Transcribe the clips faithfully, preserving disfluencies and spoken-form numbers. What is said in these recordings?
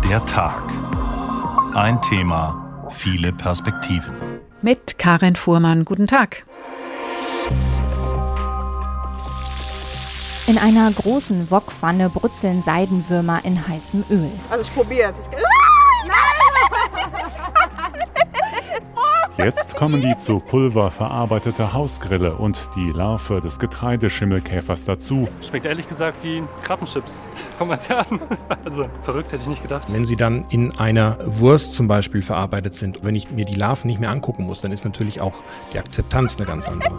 Der Tag. Ein Thema, viele Perspektiven. Mit Karin Fuhrmann. Guten Tag. In einer großen Wokpfanne brutzeln Seidenwürmer in heißem Öl. Also ich probiere es. Ich... Jetzt kommen die zu Pulver verarbeitete Hausgrille und die Larve des Getreideschimmelkäfers dazu. Schmeckt ehrlich gesagt wie Krabbenchips vom Asiaten. Also verrückt hätte ich nicht gedacht. Wenn sie dann in einer Wurst zum Beispiel verarbeitet sind, wenn ich mir die Larven nicht mehr angucken muss, dann ist natürlich auch die Akzeptanz eine ganz andere.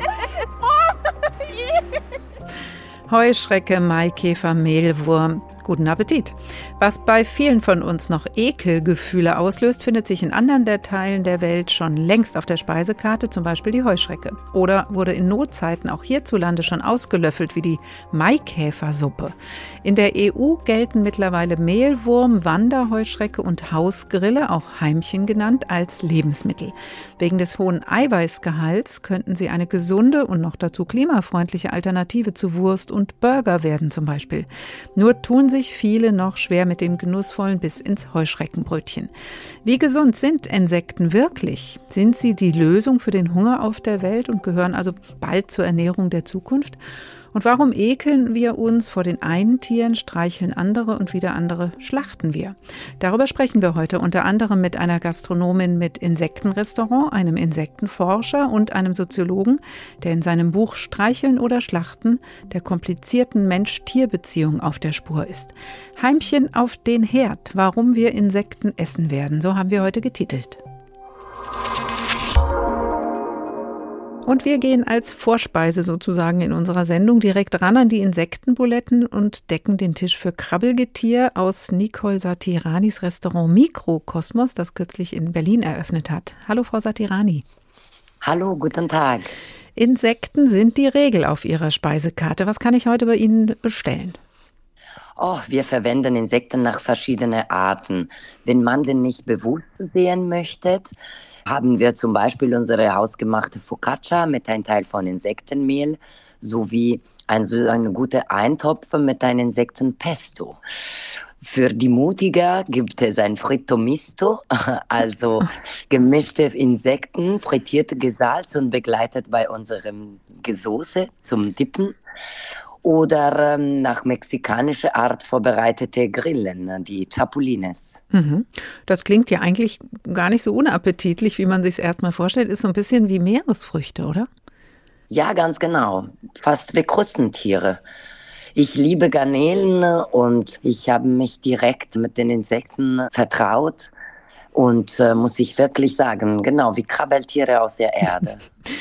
Heuschrecke, Maikäfer, Mehlwurm. Guten Appetit. Was bei vielen von uns noch Ekelgefühle auslöst, findet sich in anderen Teilen der Welt schon längst auf der Speisekarte, zum Beispiel die Heuschrecke. Oder wurde in Notzeiten auch hierzulande schon ausgelöffelt wie die Maikäfersuppe. In der E U gelten mittlerweile Mehlwurm, Wanderheuschrecke und Hausgrille, auch Heimchen genannt, als Lebensmittel. Wegen des hohen Eiweißgehalts könnten sie eine gesunde und noch dazu klimafreundliche Alternative zu Wurst und Burger werden zum Beispiel. Nur tun sich viele noch schwer mit dem genussvollen Biss ins Heuschreckenbrötchen. Wie gesund sind Insekten wirklich? Sind sie die Lösung für den Hunger auf der Welt und gehören also bald zur Ernährung der Zukunft? Und warum ekeln wir uns vor den einen Tieren, streicheln andere und wieder andere schlachten wir? Darüber sprechen wir heute unter anderem mit einer Gastronomin mit Insektenrestaurant, einem Insektenforscher und einem Soziologen, der in seinem Buch Streicheln oder Schlachten der komplizierten Mensch-Tier-Beziehung auf der Spur ist. Heimchen auf den Herd, warum wir Insekten essen werden, so haben wir heute getitelt. Und wir gehen als Vorspeise sozusagen in unserer Sendung direkt ran an die Insektenbuletten und decken den Tisch für Krabbelgetier aus Nicole Satiranis Restaurant Mikrokosmos, das kürzlich in Berlin eröffnet hat. Hallo Frau Satirani. Hallo, guten Tag. Insekten sind die Regel auf Ihrer Speisekarte. Was kann ich heute bei Ihnen bestellen? Oh, wir verwenden Insekten nach verschiedenen Arten. Wenn man den nicht bewusst sehen möchte, haben wir zum Beispiel unsere hausgemachte Focaccia mit einem Teil von Insektenmehl sowie ein, so eine gute Eintopf mit einem Insektenpesto. Für die Mutiger gibt es ein Fritto Misto, also gemischte Insekten, frittierte gesalzt und begleitet bei unserem Soße zum Dippen. Oder ähm, nach mexikanischer Art vorbereitete Grillen, die Chapulines. Mhm. Das klingt ja eigentlich gar nicht so unappetitlich, wie man sich es erstmal vorstellt. Ist so ein bisschen wie Meeresfrüchte, oder? Ja, ganz genau. Fast wie Krustentiere. Ich liebe Garnelen und ich habe mich direkt mit den Insekten vertraut. Und äh, muss ich wirklich sagen, genau wie Krabbeltiere aus der Erde.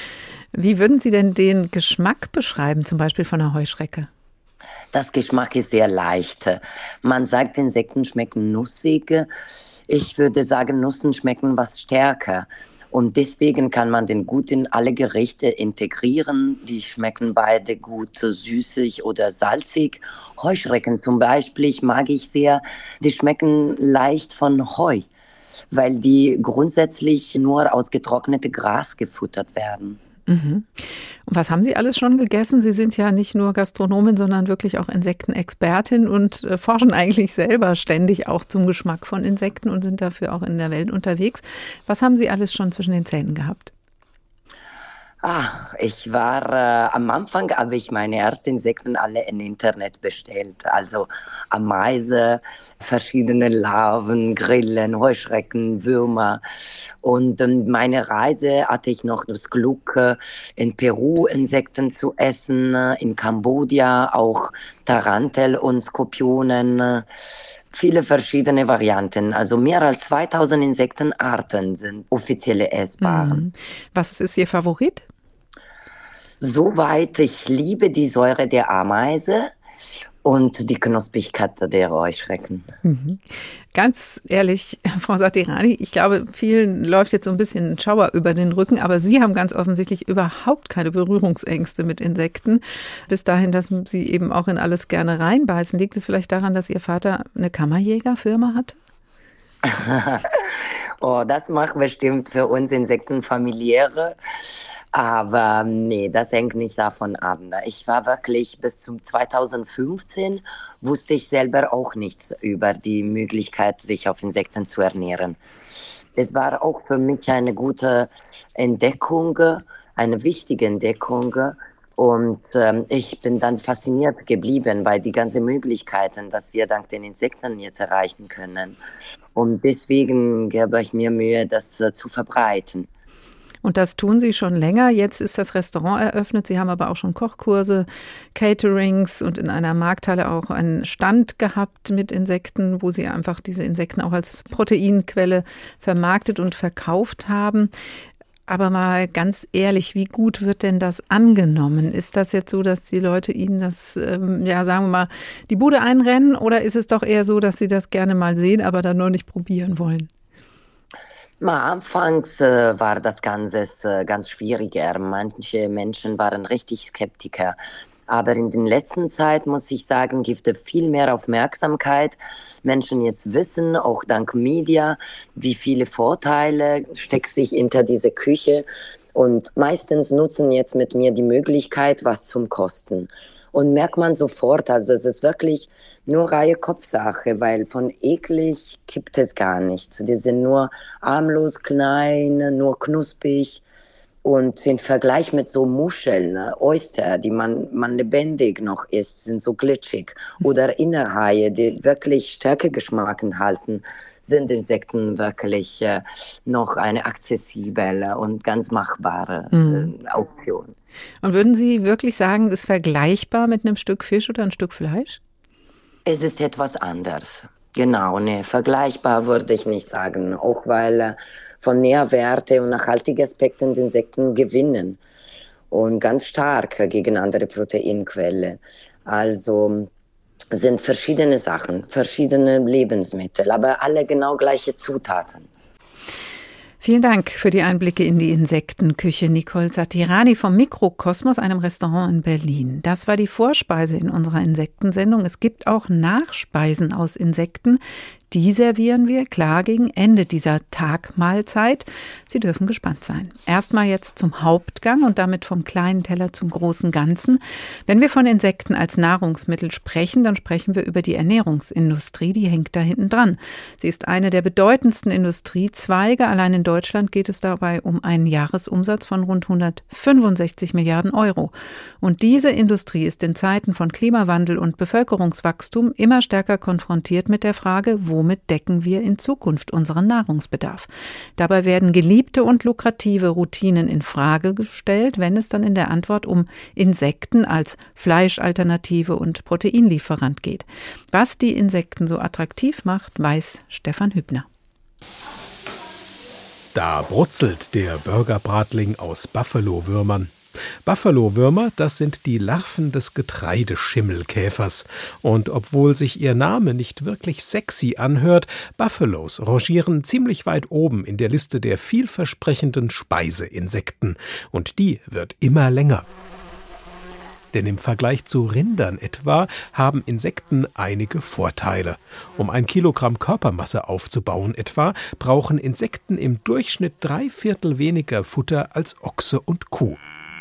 Wie würden Sie denn den Geschmack beschreiben, zum Beispiel von einer Heuschrecke? Das Geschmack ist sehr leicht. Man sagt, Insekten schmecken nussig. Ich würde sagen, Nüsse schmecken was stärker. Und deswegen kann man den gut in alle Gerichte integrieren. Die schmecken beide gut süßig oder salzig. Heuschrecken zum Beispiel mag ich sehr. Die schmecken leicht von Heu, weil die grundsätzlich nur aus getrocknetem Gras gefuttert werden. Mhm. Und was haben Sie alles schon gegessen? Sie sind ja nicht nur Gastronomin, sondern wirklich auch Insektenexpertin und äh, forschen eigentlich selber ständig auch zum Geschmack von Insekten und sind dafür auch in der Welt unterwegs. Was haben Sie alles schon zwischen den Zähnen gehabt? Ah, ich war, äh, am Anfang habe ich meine ersten Insekten alle im Internet bestellt. Also Ameise, verschiedene Larven, Grillen, Heuschrecken, Würmer. Und in meiner Reise hatte ich noch das Glück, äh, in Peru Insekten zu essen, äh, in Kambodscha auch Tarantel und Skorpionen. Äh, Viele verschiedene Varianten, also mehr als zweitausend Insektenarten sind offizielle essbaren. Was ist Ihr Favorit? Soweit, ich liebe die Säure der Ameise und die Knusprigkeit der Heuschrecken. Mhm. Ganz ehrlich, Frau Satirani, ich glaube, vielen läuft jetzt so ein bisschen ein Schauer über den Rücken, aber Sie haben ganz offensichtlich überhaupt keine Berührungsängste mit Insekten. Bis dahin, dass Sie eben auch in alles gerne reinbeißen. Liegt es vielleicht daran, dass Ihr Vater eine Kammerjägerfirma hatte? Oh, das macht bestimmt für uns Insektenfamiliäre. Aber nee, das hängt nicht davon ab. Ich war wirklich bis zum zweitausendfünfzehn, wusste ich selber auch nichts über die Möglichkeit, sich auf Insekten zu ernähren. Es war auch für mich eine gute Entdeckung, eine wichtige Entdeckung. Und ähm, ich bin dann fasziniert geblieben bei die ganzen Möglichkeiten, dass wir dank den Insekten jetzt erreichen können. Und deswegen gebe ich mir Mühe, das äh, zu verbreiten. Und das tun Sie schon länger. Jetzt ist das Restaurant eröffnet. Sie haben aber auch schon Kochkurse, Caterings und in einer Markthalle auch einen Stand gehabt mit Insekten, wo Sie einfach diese Insekten auch als Proteinquelle vermarktet und verkauft haben. Aber mal ganz ehrlich, wie gut wird denn das angenommen? Ist das jetzt so, dass die Leute Ihnen das, ähm, ja sagen wir mal, die Bude einrennen? Oder ist es doch eher so, dass Sie das gerne mal sehen, aber dann noch nicht probieren wollen? Na, anfangs äh, war das Ganze äh, ganz schwieriger. Manche Menschen waren richtig Skeptiker. Aber in der letzten Zeit, muss ich sagen, gibt es viel mehr Aufmerksamkeit. Menschen jetzt wissen, auch dank Media, wie viele Vorteile steckt sich hinter dieser Küche. Und meistens nutzen jetzt mit mir die Möglichkeit, was zum Kosten. Und merkt man sofort, also es ist wirklich nur reine Kopfsache, weil von eklig gibt es gar nichts. Die sind nur harmlos klein, nur knusprig. Und im Vergleich mit so Muscheln, Oyster, die man, man lebendig noch isst, sind so glitschig. Oder Innerhaie, die wirklich Stärkegeschmack halten, sind Insekten wirklich äh, noch eine accessible und ganz machbare äh, mhm. Option. Und würden Sie wirklich sagen, es ist vergleichbar mit einem Stück Fisch oder ein Stück Fleisch? Es ist etwas anders. Genau, ne, vergleichbar würde ich nicht sagen. Auch weil äh, von Nährwerte und nachhaltigen Aspekten die Insekten gewinnen. Und ganz stark gegen andere Proteinquellen. Also sind verschiedene Sachen, verschiedene Lebensmittel, aber alle genau gleiche Zutaten. Vielen Dank für die Einblicke in die Insektenküche. Nicole Satirani vom Mikrokosmos, einem Restaurant in Berlin. Das war die Vorspeise in unserer Insektensendung. Es gibt auch Nachspeisen aus Insekten. Die servieren wir, klar, gegen Ende dieser Tagmahlzeit. Sie dürfen gespannt sein. Erstmal jetzt zum Hauptgang und damit vom kleinen Teller zum großen Ganzen. Wenn wir von Insekten als Nahrungsmittel sprechen, dann sprechen wir über die Ernährungsindustrie, die hängt da hinten dran. Sie ist eine der bedeutendsten Industriezweige. Allein in Deutschland geht es dabei um einen Jahresumsatz von rund hundertfünfundsechzig Milliarden Euro. Und diese Industrie ist in Zeiten von Klimawandel und Bevölkerungswachstum immer stärker konfrontiert mit der Frage, wo Womit decken wir in Zukunft unseren Nahrungsbedarf? Dabei werden geliebte und lukrative Routinen in Frage gestellt, wenn es dann in der Antwort um Insekten als Fleischalternative und Proteinlieferant geht. Was die Insekten so attraktiv macht, weiß Stefan Hübner. Da brutzelt der Burgerbratling aus Buffalo-Würmern. Buffalo-Würmer, das sind die Larven des Getreideschimmelkäfers. Und obwohl sich ihr Name nicht wirklich sexy anhört, Buffalos rangieren ziemlich weit oben in der Liste der vielversprechenden Speiseinsekten. Und die wird immer länger. Denn im Vergleich zu Rindern etwa haben Insekten einige Vorteile. Um ein Kilogramm Körpermasse aufzubauen etwa, brauchen Insekten im Durchschnitt drei Viertel weniger Futter als Ochse und Kuh.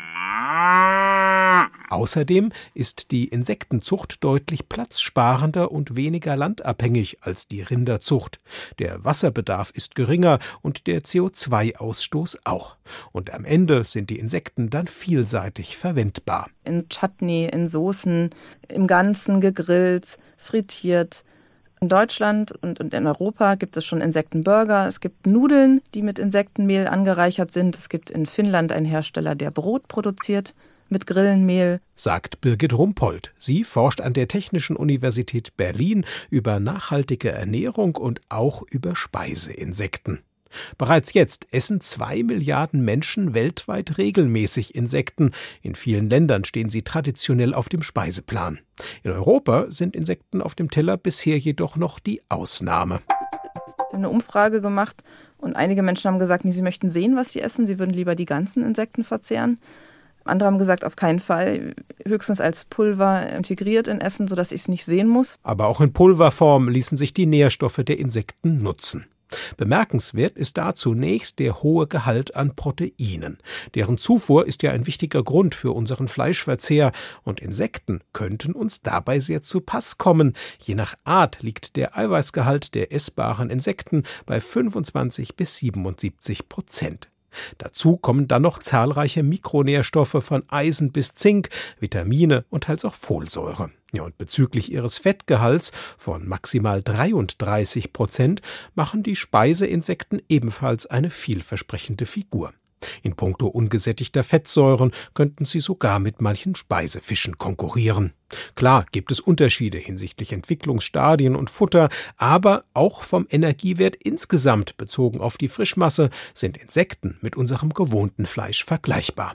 Außerdem ist die Insektenzucht deutlich platzsparender und weniger landabhängig als die Rinderzucht. Der Wasserbedarf ist geringer und der C O zwei Ausstoß auch. Und am Ende sind die Insekten dann vielseitig verwendbar. In Chutney, in Soßen, im Ganzen gegrillt, frittiert. In Deutschland und in Europa gibt es schon Insektenburger. Es gibt Nudeln, die mit Insektenmehl angereichert sind. Es gibt in Finnland einen Hersteller, der Brot produziert mit Grillenmehl. Sagt Birgit Rumpold. Sie forscht an der Technischen Universität Berlin über nachhaltige Ernährung und auch über Speiseinsekten. Bereits jetzt essen zwei Milliarden Menschen weltweit regelmäßig Insekten. In vielen Ländern stehen sie traditionell auf dem Speiseplan. In Europa sind Insekten auf dem Teller bisher jedoch noch die Ausnahme. Wir haben eine Umfrage gemacht und einige Menschen haben gesagt, sie möchten sehen, was sie essen. Sie würden lieber die ganzen Insekten verzehren. Andere haben gesagt, auf keinen Fall, höchstens als Pulver integriert in Essen, sodass ich es nicht sehen muss. Aber auch in Pulverform ließen sich die Nährstoffe der Insekten nutzen. Bemerkenswert ist da zunächst der hohe Gehalt an Proteinen. Deren Zufuhr ist ja ein wichtiger Grund für unseren Fleischverzehr, und Insekten könnten uns dabei sehr zu Pass kommen. Je nach Art liegt der Eiweißgehalt der essbaren Insekten bei fünfundzwanzig bis siebenundsiebzig Prozent. Dazu kommen dann noch zahlreiche Mikronährstoffe von Eisen bis Zink, Vitamine und teils auch Folsäure. Ja, und bezüglich ihres Fettgehalts von maximal dreiunddreißig Prozent machen die Speiseinsekten ebenfalls eine vielversprechende Figur. In puncto ungesättigter Fettsäuren könnten sie sogar mit manchen Speisefischen konkurrieren. Klar gibt es Unterschiede hinsichtlich Entwicklungsstadien und Futter, aber auch vom Energiewert insgesamt bezogen auf die Frischmasse sind Insekten mit unserem gewohnten Fleisch vergleichbar.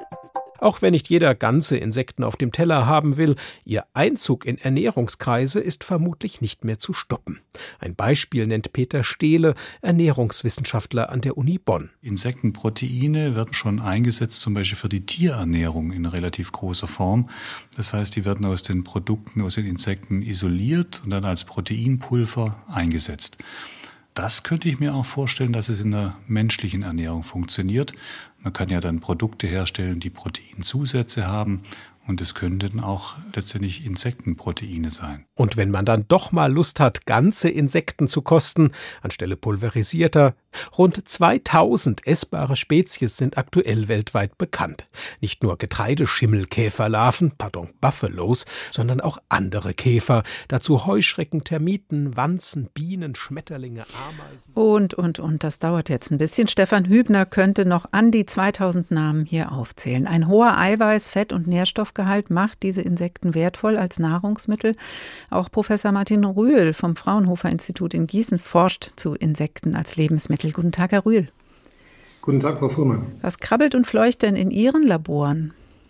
Auch wenn nicht jeder ganze Insekten auf dem Teller haben will, ihr Einzug in Ernährungskreise ist vermutlich nicht mehr zu stoppen. Ein Beispiel nennt Peter Stehle, Ernährungswissenschaftler an der Uni Bonn. Insektenproteine werden schon eingesetzt, zum Beispiel für die Tierernährung in relativ großer Form. Das heißt, die werden aus den Produkten, aus den Insekten isoliert und dann als Proteinpulver eingesetzt. Das könnte ich mir auch vorstellen, dass es in der menschlichen Ernährung funktioniert. Man kann ja dann Produkte herstellen, die Proteinzusätze haben. Und es könnten auch letztendlich Insektenproteine sein. Und wenn man dann doch mal Lust hat, ganze Insekten zu kosten, anstelle pulverisierter, rund zweitausend essbare Spezies sind aktuell weltweit bekannt. Nicht nur Getreideschimmelkäferlarven, pardon, Buffalos, sondern auch andere Käfer. Dazu Heuschrecken, Termiten, Wanzen, Bienen, Schmetterlinge, Ameisen. Und, und, und, das dauert jetzt ein bisschen. Stefan Hübner könnte noch an die zweitausend Namen hier aufzählen. Ein hoher Eiweiß-, Fett- und Nährstoff Gehalt macht diese Insekten wertvoll als Nahrungsmittel. Auch Professor Martin Rühl vom Fraunhofer Institut in Gießen forscht zu Insekten als Lebensmittel. Guten Tag, Herr Rühl. Guten Tag, Frau Fuhrmann. Was krabbelt und fleucht denn in Ihren Laboren?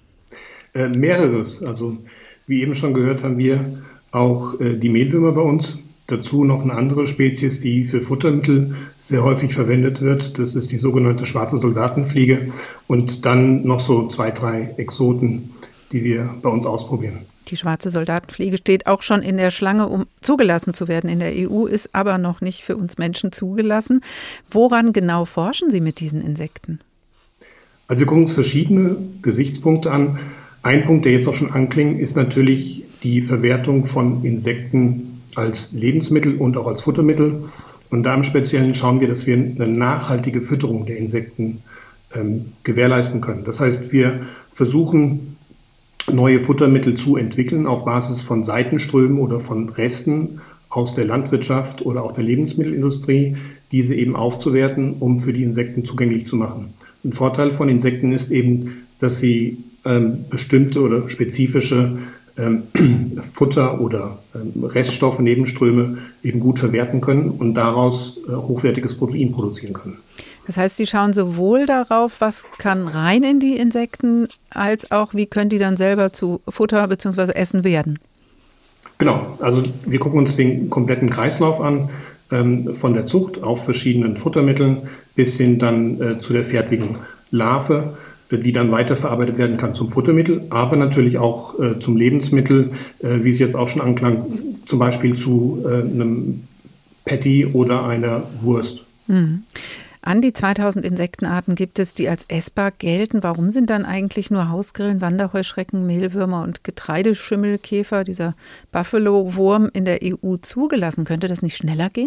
Äh, mehreres. Also wie eben schon gehört, haben wir auch äh, die Mehlwürmer bei uns. Dazu noch eine andere Spezies, die für Futtermittel sehr häufig verwendet wird. Das ist die sogenannte schwarze Soldatenfliege. Und dann noch so zwei, drei Exoten, die wir bei uns ausprobieren. Die schwarze Soldatenfliege steht auch schon in der Schlange, um zugelassen zu werden in der E U, ist aber noch nicht für uns Menschen zugelassen. Woran genau forschen Sie mit diesen Insekten? Also wir gucken uns verschiedene Gesichtspunkte an. Ein Punkt, der jetzt auch schon anklingt, ist natürlich die Verwertung von Insekten als Lebensmittel und auch als Futtermittel. Und da im Speziellen schauen wir, dass wir eine nachhaltige Fütterung der Insekten ähm, gewährleisten können. Das heißt, wir versuchen, neue Futtermittel zu entwickeln auf Basis von Seitenströmen oder von Resten aus der Landwirtschaft oder auch der Lebensmittelindustrie, diese eben aufzuwerten, um für die Insekten zugänglich zu machen. Ein Vorteil von Insekten ist eben, dass sie ähm, bestimmte oder spezifische ähm, Futter- oder ähm, Reststoffe, Nebenströme eben gut verwerten können und daraus äh, hochwertiges Protein produzieren können. Das heißt, Sie schauen sowohl darauf, was kann rein in die Insekten, als auch, wie können die dann selber zu Futter bzw. Essen werden? Genau, also wir gucken uns den kompletten Kreislauf an, ähm, von der Zucht auf verschiedenen Futtermitteln bis hin dann äh, zu der fertigen Larve, äh, die dann weiterverarbeitet werden kann zum Futtermittel, aber natürlich auch äh, zum Lebensmittel, äh, wie es jetzt auch schon anklang, zum Beispiel zu äh, einem Patty oder einer Wurst. Mhm. An die zweitausend Insektenarten gibt es, die als essbar gelten. Warum sind dann eigentlich nur Hausgrillen, Wanderheuschrecken, Mehlwürmer und Getreideschimmelkäfer, dieser Buffalo-Wurm in der E U zugelassen? Könnte das nicht schneller gehen?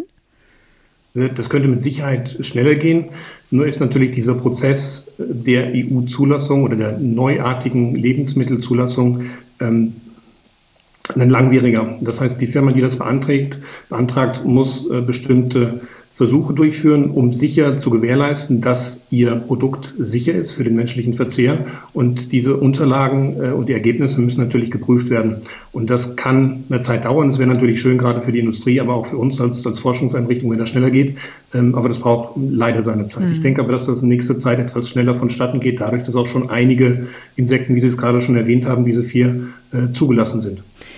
Das könnte mit Sicherheit schneller gehen. Nur ist natürlich dieser Prozess der E U-Zulassung oder der neuartigen Lebensmittelzulassung ähm, ein langwieriger. Das heißt, die Firma, die das beantragt, beantragt muss äh, bestimmte Versuche durchführen, um sicher zu gewährleisten, dass ihr Produkt sicher ist für den menschlichen Verzehr. Und diese Unterlagen äh, und die Ergebnisse müssen natürlich geprüft werden. Und das kann eine Zeit dauern. Das wäre natürlich schön, gerade für die Industrie, aber auch für uns als, als Forschungseinrichtung, wenn das schneller geht. Ähm, aber das braucht leider seine Zeit. Mhm. Ich denke aber, dass das in nächster Zeit etwas schneller vonstatten geht, dadurch, dass auch schon einige Insekten, wie Sie es gerade schon erwähnt haben, diese vier, äh, zugelassen sind.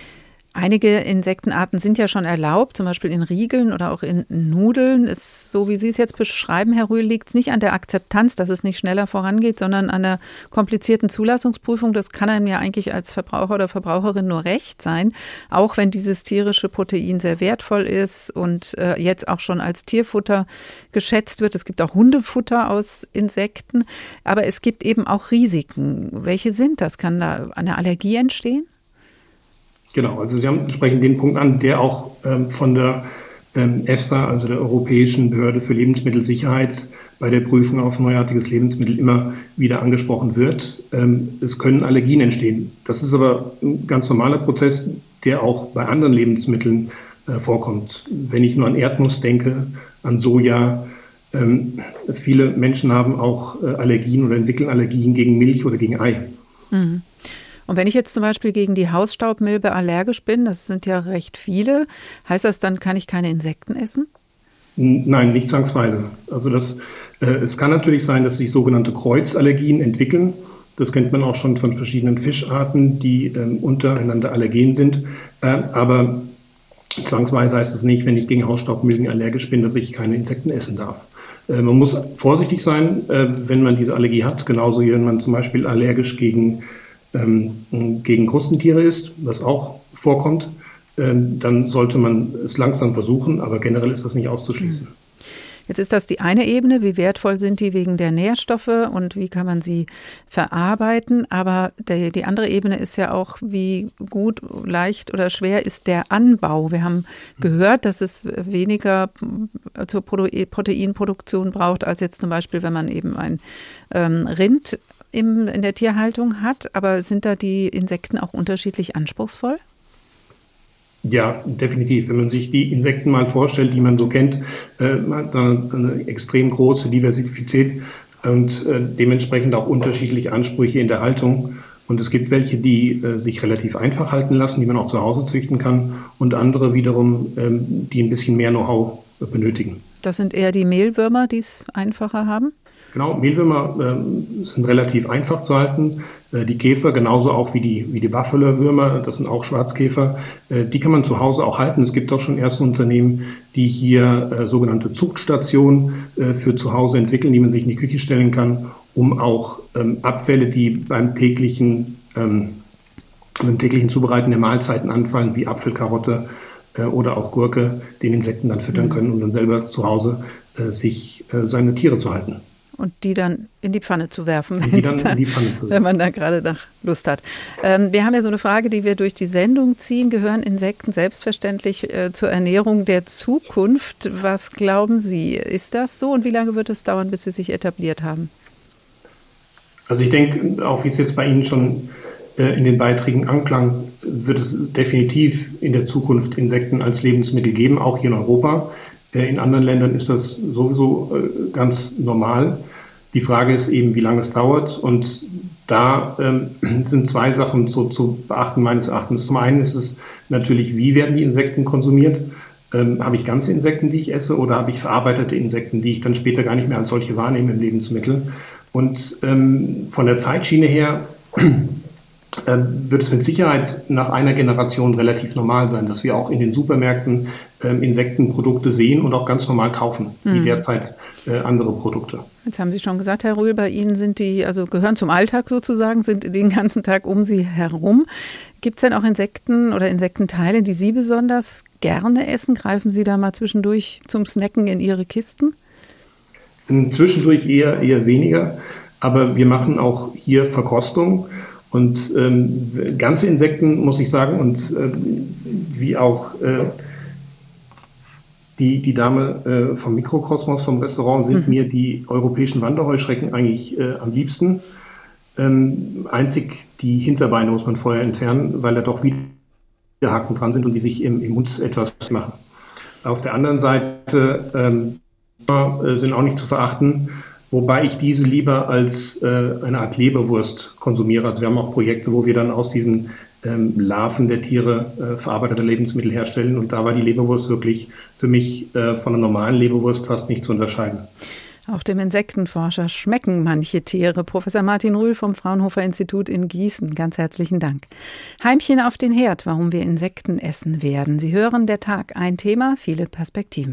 Einige Insektenarten sind ja schon erlaubt, zum Beispiel in Riegeln oder auch in Nudeln. Ist, so wie Sie es jetzt beschreiben, Herr Rühl, liegt es nicht an der Akzeptanz, dass es nicht schneller vorangeht, sondern an der komplizierten Zulassungsprüfung. Das kann einem ja eigentlich als Verbraucher oder Verbraucherin nur recht sein, auch wenn dieses tierische Protein sehr wertvoll ist und äh, jetzt auch schon als Tierfutter geschätzt wird. Es gibt auch Hundefutter aus Insekten, aber es gibt eben auch Risiken. Welche sind das? Kann da eine Allergie entstehen? Genau, also Sie haben, sprechen den Punkt an, der auch ähm, von der ähm, EFSA, also der Europäischen Behörde für Lebensmittelsicherheit, bei der Prüfung auf neuartiges Lebensmittel immer wieder angesprochen wird. Ähm, es können Allergien entstehen. Das ist aber ein ganz normaler Prozess, der auch bei anderen Lebensmitteln äh, vorkommt. Wenn ich nur an Erdnuss denke, an Soja, ähm, viele Menschen haben auch äh, Allergien oder entwickeln Allergien gegen Milch oder gegen Ei. Mhm. Und wenn ich jetzt zum Beispiel gegen die Hausstaubmilbe allergisch bin, das sind ja recht viele, heißt das dann, kann ich keine Insekten essen? Nein, nicht zwangsweise. Also das, äh, es kann natürlich sein, dass sich sogenannte Kreuzallergien entwickeln. Das kennt man auch schon von verschiedenen Fischarten, die äh, untereinander allergen sind. Äh, aber zwangsweise heißt es nicht, wenn ich gegen Hausstaubmilben allergisch bin, dass ich keine Insekten essen darf. Äh, man muss vorsichtig sein, äh, wenn man diese Allergie hat. Genauso wie wenn man zum Beispiel allergisch gegen Ähm, gegen Krustentiere ist, was auch vorkommt, ähm, dann sollte man es langsam versuchen, aber generell ist das nicht auszuschließen. Jetzt ist das die eine Ebene, wie wertvoll sind die wegen der Nährstoffe und wie kann man sie verarbeiten, aber die, die andere Ebene ist ja auch, wie gut, leicht oder schwer ist der Anbau. Wir haben gehört, dass es weniger zur Proteinproduktion braucht, als jetzt zum Beispiel, wenn man eben ein ähm, Rind Im, in der Tierhaltung hat, aber sind da die Insekten auch unterschiedlich anspruchsvoll? Ja, definitiv. Wenn man sich die Insekten mal vorstellt, die man so kennt, äh, hat man eine extrem große Diversität und äh, dementsprechend auch unterschiedliche Ansprüche in der Haltung. Und es gibt welche, die äh, sich relativ einfach halten lassen, die man auch zu Hause züchten kann, und andere wiederum, ähm, die ein bisschen mehr Know-how äh, benötigen. Das sind eher die Mehlwürmer, die es einfacher haben? Genau, Mehlwürmer äh, sind relativ einfach zu halten. Äh, die Käfer, genauso auch wie die, wie die Buffalo-Würmer, das sind auch Schwarzkäfer, äh, die kann man zu Hause auch halten. Es gibt auch schon erste Unternehmen, die hier äh, sogenannte Zuchtstationen äh, für zu Hause entwickeln, die man sich in die Küche stellen kann, um auch ähm, Abfälle, die beim täglichen, ähm, beim täglichen Zubereiten der Mahlzeiten anfallen, wie Apfel, Karotte äh, oder auch Gurke, den Insekten dann füttern können, um dann selber zu Hause äh, sich äh, seine Tiere zu halten. Und die dann in die Pfanne zu werfen, die dann dann, in die Pfanne zu wenn man da gerade nach Lust hat. Ähm, wir haben ja so eine Frage, die wir durch die Sendung ziehen. Gehören Insekten selbstverständlich äh, zur Ernährung der Zukunft? Was glauben Sie? Ist das so und wie lange wird es dauern, bis sie sich etabliert haben? Also ich denke, auch wie es jetzt bei Ihnen schon äh, in den Beiträgen anklang, wird es definitiv in der Zukunft Insekten als Lebensmittel geben, auch hier in Europa. In anderen Ländern ist das sowieso äh, ganz normal. Die Frage ist eben, wie lange es dauert. Und da ähm, sind zwei Sachen zu, zu beachten, meines Erachtens. Zum einen ist es natürlich, wie werden die Insekten konsumiert? Ähm, habe ich ganze Insekten, die ich esse, oder habe ich verarbeitete Insekten, die ich dann später gar nicht mehr als solche wahrnehme im Lebensmittel? Und ähm, von der Zeitschiene her äh, wird es mit Sicherheit nach einer Generation relativ normal sein, dass wir auch in den Supermärkten ähm, Insektenprodukte sehen und auch ganz normal kaufen, mhm. wie derzeit äh, andere Produkte. Jetzt haben Sie schon gesagt, Herr Rühl, bei Ihnen sind die, also gehören zum Alltag sozusagen, sind den ganzen Tag um Sie herum. Gibt es denn auch Insekten oder Insektenteile, die Sie besonders gerne essen? Greifen Sie da mal zwischendurch zum Snacken in Ihre Kisten? Zwischendurch eher, eher weniger, aber wir machen auch hier Verkostung. Und ähm, ganze Insekten, muss ich sagen, und äh, wie auch äh, die, die Dame äh, vom Mikrokosmos vom Restaurant sind mhm. mir die europäischen Wanderheuschrecken eigentlich äh, am liebsten. Ähm, einzig die Hinterbeine muss man vorher entfernen, weil da doch wieder Haken dran sind und die sich im, im Mund etwas machen. Auf der anderen Seite ähm, sind auch nicht zu verachten, wobei ich diese lieber als äh, eine Art Leberwurst konsumiere. Also wir haben auch Projekte, wo wir dann aus diesen ähm, Larven der Tiere äh, verarbeitete Lebensmittel herstellen. Und da war die Leberwurst wirklich für mich äh, von einer normalen Leberwurst fast nicht zu unterscheiden. Auch dem Insektenforscher schmecken manche Tiere. Professor Martin Rühl vom Fraunhofer Institut in Gießen, ganz herzlichen Dank. Heimchen auf den Herd, warum wir Insekten essen werden. Sie hören der Tag, ein Thema, viele Perspektiven.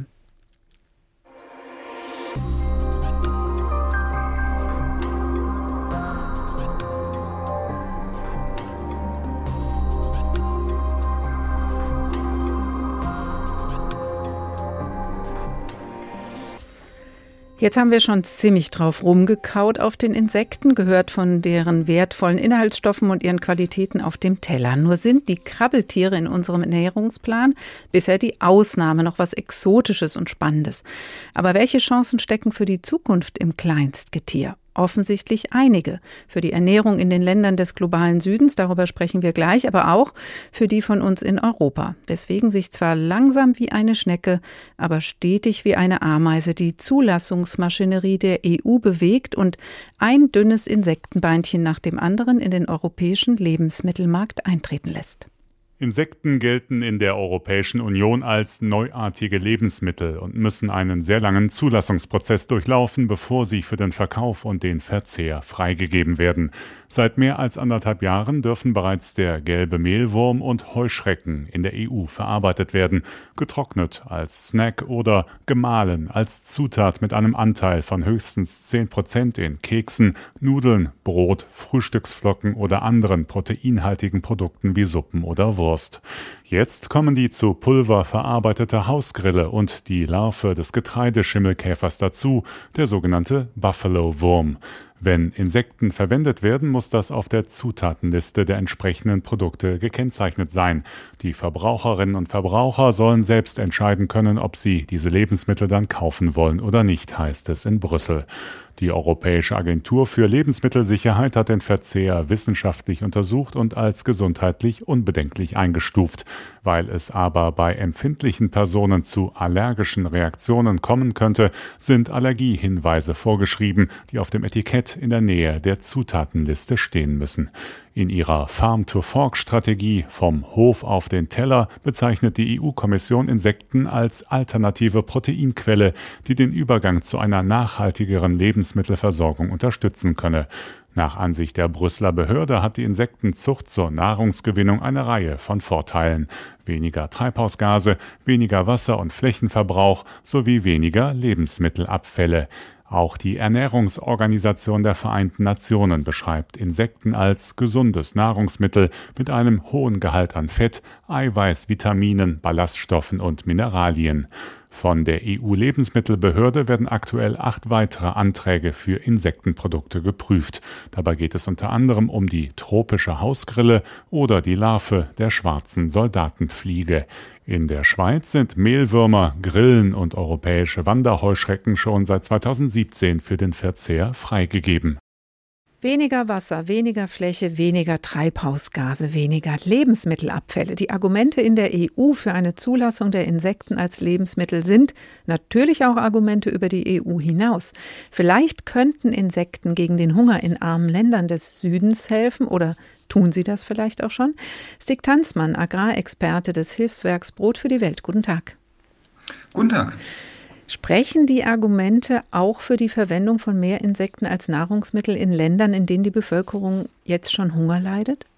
Jetzt haben wir schon ziemlich drauf rumgekaut auf den Insekten, gehört von deren wertvollen Inhaltsstoffen und ihren Qualitäten auf dem Teller. Nur sind die Krabbeltiere in unserem Ernährungsplan bisher die Ausnahme, noch was Exotisches und Spannendes. Aber welche Chancen stecken für die Zukunft im Kleinstgetier? Offensichtlich einige. Für die Ernährung in den Ländern des globalen Südens, darüber sprechen wir gleich, aber auch für die von uns in Europa. Weswegen sich zwar langsam wie eine Schnecke, aber stetig wie eine Ameise die Zulassungsmaschinerie der E U bewegt und ein dünnes Insektenbeinchen nach dem anderen in den europäischen Lebensmittelmarkt eintreten lässt. Insekten gelten in der Europäischen Union als neuartige Lebensmittel und müssen einen sehr langen Zulassungsprozess durchlaufen, bevor sie für den Verkauf und den Verzehr freigegeben werden. Seit mehr als anderthalb Jahren dürfen bereits der gelbe Mehlwurm und Heuschrecken in der E U verarbeitet werden, getrocknet als Snack oder gemahlen als Zutat mit einem Anteil von höchstens zehn Prozent in Keksen, Nudeln, Brot, Frühstücksflocken oder anderen proteinhaltigen Produkten wie Suppen oder Wurst. Jetzt kommen die zu Pulver verarbeitete Hausgrille und die Larve des Getreideschimmelkäfers dazu, der sogenannte Buffalo-Wurm. Wenn Insekten verwendet werden, muss das auf der Zutatenliste der entsprechenden Produkte gekennzeichnet sein. Die Verbraucherinnen und Verbraucher sollen selbst entscheiden können, ob sie diese Lebensmittel dann kaufen wollen oder nicht, heißt es in Brüssel. Die Europäische Agentur für Lebensmittelsicherheit hat den Verzehr wissenschaftlich untersucht und als gesundheitlich unbedenklich eingestuft. Weil es aber bei empfindlichen Personen zu allergischen Reaktionen kommen könnte, sind Allergiehinweise vorgeschrieben, die auf dem Etikett in der Nähe der Zutatenliste stehen müssen. In ihrer Farm-to-Fork-Strategie vom Hof auf den Teller bezeichnet die E U-Kommission Insekten als alternative Proteinquelle, die den Übergang zu einer nachhaltigeren Lebensmittelversorgung unterstützen könne. Nach Ansicht der Brüsseler Behörde hat die Insektenzucht zur Nahrungsgewinnung eine Reihe von Vorteilen. Weniger Treibhausgase, weniger Wasser- und Flächenverbrauch sowie weniger Lebensmittelabfälle. Auch die Ernährungsorganisation der Vereinten Nationen beschreibt Insekten als gesundes Nahrungsmittel mit einem hohen Gehalt an Fett, Eiweiß, Vitaminen, Ballaststoffen und Mineralien. Von der E U-Lebensmittelbehörde werden aktuell acht weitere Anträge für Insektenprodukte geprüft. Dabei geht es unter anderem um die tropische Hausgrille oder die Larve der schwarzen Soldatenfliege. In der Schweiz sind Mehlwürmer, Grillen und europäische Wanderheuschrecken schon seit zweitausendsiebzehn für den Verzehr freigegeben. Weniger Wasser, weniger Fläche, weniger Treibhausgase, weniger Lebensmittelabfälle. Die Argumente in der E U für eine Zulassung der Insekten als Lebensmittel sind natürlich auch Argumente über die E U hinaus. Vielleicht könnten Insekten gegen den Hunger in armen Ländern des Südens helfen oder tun sie das vielleicht auch schon? Stig Tanzmann, Agrarexperte des Hilfswerks Brot für die Welt. Guten Tag. Guten Tag. Sprechen die Argumente auch für die Verwendung von mehr Insekten als Nahrungsmittel in Ländern, in denen die Bevölkerung jetzt schon Hunger leidet?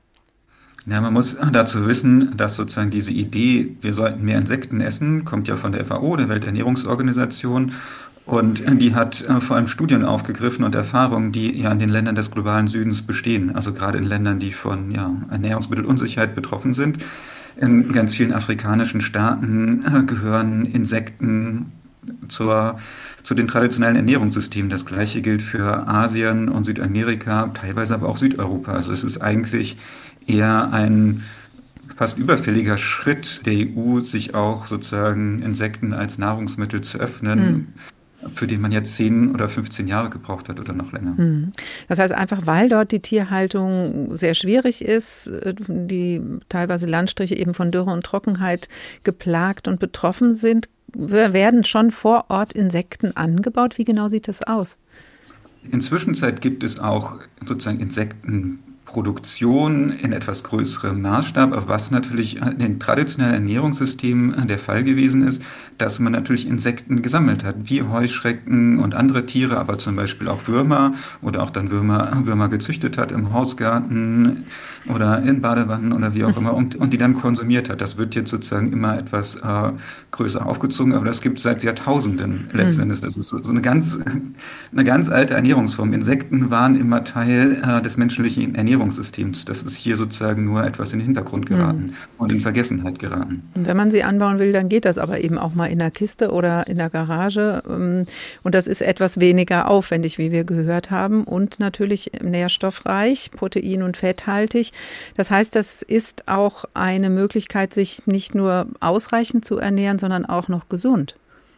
Ja, man muss dazu wissen, dass sozusagen diese Idee, wir sollten mehr Insekten essen, kommt ja von der F A O, der Welternährungsorganisation. Und die hat vor allem Studien aufgegriffen und Erfahrungen, die ja in den Ländern des globalen Südens bestehen. Also gerade in Ländern, die von ja, Ernährungsmittelunsicherheit betroffen sind. In ganz vielen afrikanischen Staaten gehören Insekten Zur, zu den traditionellen Ernährungssystemen. Das Gleiche gilt für Asien und Südamerika, teilweise aber auch Südeuropa. Also es ist eigentlich eher ein fast überfälliger Schritt der E U, sich auch sozusagen Insekten als Nahrungsmittel zu öffnen, hm. für den man jetzt zehn oder fünfzehn Jahre gebraucht hat oder noch länger. Das heißt einfach, weil dort die Tierhaltung sehr schwierig ist, die teilweise Landstriche eben von Dürre und Trockenheit geplagt und betroffen sind, werden schon vor Ort Insekten angebaut? Wie genau sieht das aus? Inzwischen gibt es auch sozusagen Insekten Produktion in etwas größerem Maßstab, aber was natürlich in den traditionellen Ernährungssystemen der Fall gewesen ist, dass man natürlich Insekten gesammelt hat, wie Heuschrecken und andere Tiere, aber zum Beispiel auch Würmer oder auch dann Würmer, Würmer gezüchtet hat im Hausgarten oder in Badewannen oder wie auch immer und, und die dann konsumiert hat. Das wird jetzt sozusagen immer etwas äh, größer aufgezogen, aber das gibt es seit Jahrtausenden letztendlich. Das ist so, so eine ganz, eine ganz alte Ernährungsform. Insekten waren immer Teil äh, des menschlichen Ernährungssystems. Das ist hier sozusagen nur etwas in den Hintergrund geraten mhm. und in Vergessenheit geraten. Und wenn man sie anbauen will, dann geht das aber eben auch mal in der Kiste oder in der Garage. Und das ist etwas weniger aufwendig, wie wir gehört haben. Und natürlich nährstoffreich, protein- und fetthaltig. Das heißt, das ist auch eine Möglichkeit, sich nicht nur ausreichend zu ernähren, sondern auch noch gesund.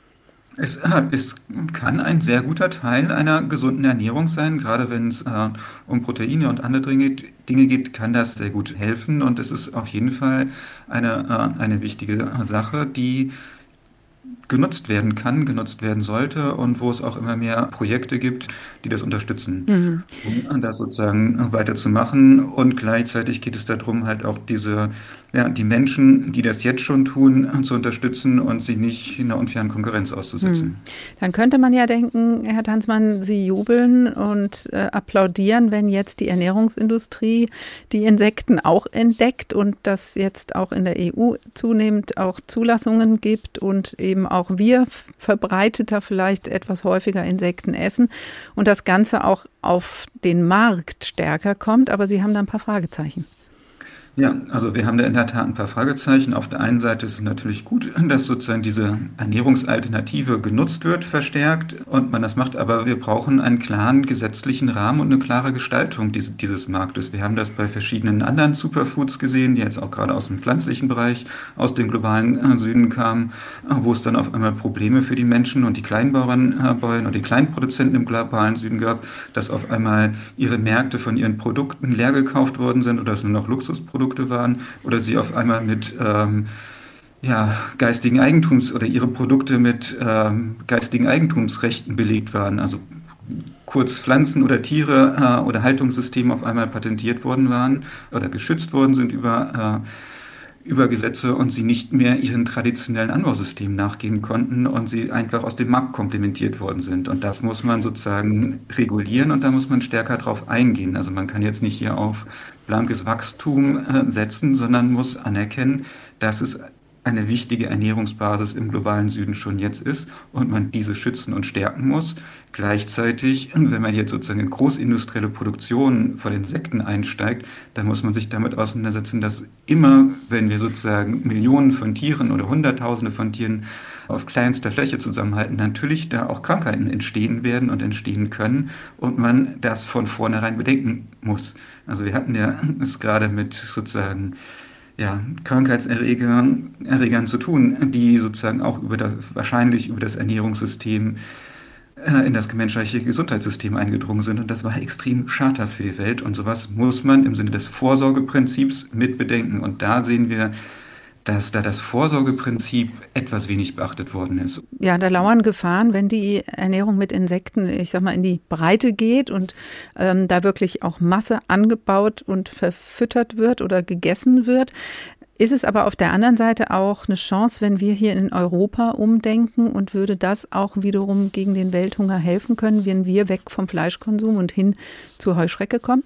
Es, es kann ein sehr guter Teil einer gesunden Ernährung sein, gerade wenn es äh, um Proteine und andere Dinge, Dinge geht, kann das sehr gut helfen und es ist auf jeden Fall eine, äh, eine wichtige Sache, die genutzt werden kann, genutzt werden sollte und wo es auch immer mehr Projekte gibt, die das unterstützen, mhm. um das sozusagen weiterzumachen. Und gleichzeitig geht es darum, halt auch diese, ja, die Menschen, die das jetzt schon tun, zu unterstützen und sie nicht in einer unfairen Konkurrenz auszusetzen. Mhm. Dann könnte man ja denken, Herr Tanzmann, Sie jubeln und äh, applaudieren, wenn jetzt die Ernährungsindustrie die Insekten auch entdeckt und das jetzt auch in der E U zunehmend auch Zulassungen gibt und eben auch wir verbreiteter vielleicht etwas häufiger Insekten essen und das Ganze auch auf den Markt stärker kommt. Aber Sie haben da ein paar Fragezeichen. Ja, also wir haben da in der Tat ein paar Fragezeichen. Auf der einen Seite ist es natürlich gut, dass sozusagen diese Ernährungsalternative genutzt wird, verstärkt und man das macht, aber wir brauchen einen klaren gesetzlichen Rahmen und eine klare Gestaltung dieses, dieses Marktes. Wir haben das bei verschiedenen anderen Superfoods gesehen, die jetzt auch gerade aus dem pflanzlichen Bereich, aus dem globalen Süden kamen, wo es dann auf einmal Probleme für die Menschen und die Kleinbauern äh, und die Kleinproduzenten im globalen Süden gab, dass auf einmal ihre Märkte von ihren Produkten leer gekauft worden sind oder es nur noch Luxusprodukte waren oder sie auf einmal mit ähm, ja, geistigen Eigentums oder ihre Produkte mit ähm, geistigen Eigentumsrechten belegt waren. Also kurz Pflanzen oder Tiere äh, oder Haltungssysteme auf einmal patentiert worden waren oder geschützt worden sind über, äh, über Gesetze und sie nicht mehr ihren traditionellen Anbausystemen nachgehen konnten und sie einfach aus dem Markt komplementiert worden sind. Und das muss man sozusagen regulieren und da muss man stärker drauf eingehen. Also man kann jetzt nicht hier auf blankes Wachstum äh, setzen, sondern muss anerkennen, dass es eine wichtige Ernährungsbasis im globalen Süden schon jetzt ist und man diese schützen und stärken muss. Gleichzeitig, wenn man jetzt sozusagen in großindustrielle Produktion von Insekten einsteigt, dann muss man sich damit auseinandersetzen, dass immer, wenn wir sozusagen Millionen von Tieren oder Hunderttausende von Tieren auf kleinster Fläche zusammenhalten, natürlich da auch Krankheiten entstehen werden und entstehen können und man das von vornherein bedenken muss. Also wir hatten ja es gerade mit sozusagen ja, Krankheitserregern Erregern zu tun, die sozusagen auch über das, wahrscheinlich über das Ernährungssystem äh, in das menschliche Gesundheitssystem eingedrungen sind. Und das war extrem schadhaft für die Welt. Und sowas muss man im Sinne des Vorsorgeprinzips mit bedenken. Und da sehen wir, dass da das Vorsorgeprinzip etwas wenig beachtet worden ist. Ja, da lauern Gefahren, wenn die Ernährung mit Insekten, ich sag mal, in die Breite geht und ähm, da wirklich auch Masse angebaut und verfüttert wird oder gegessen wird. Ist es aber auf der anderen Seite auch eine Chance, wenn wir hier in Europa umdenken und würde das auch wiederum gegen den Welthunger helfen können, wenn wir weg vom Fleischkonsum und hin zur Heuschrecke kommen?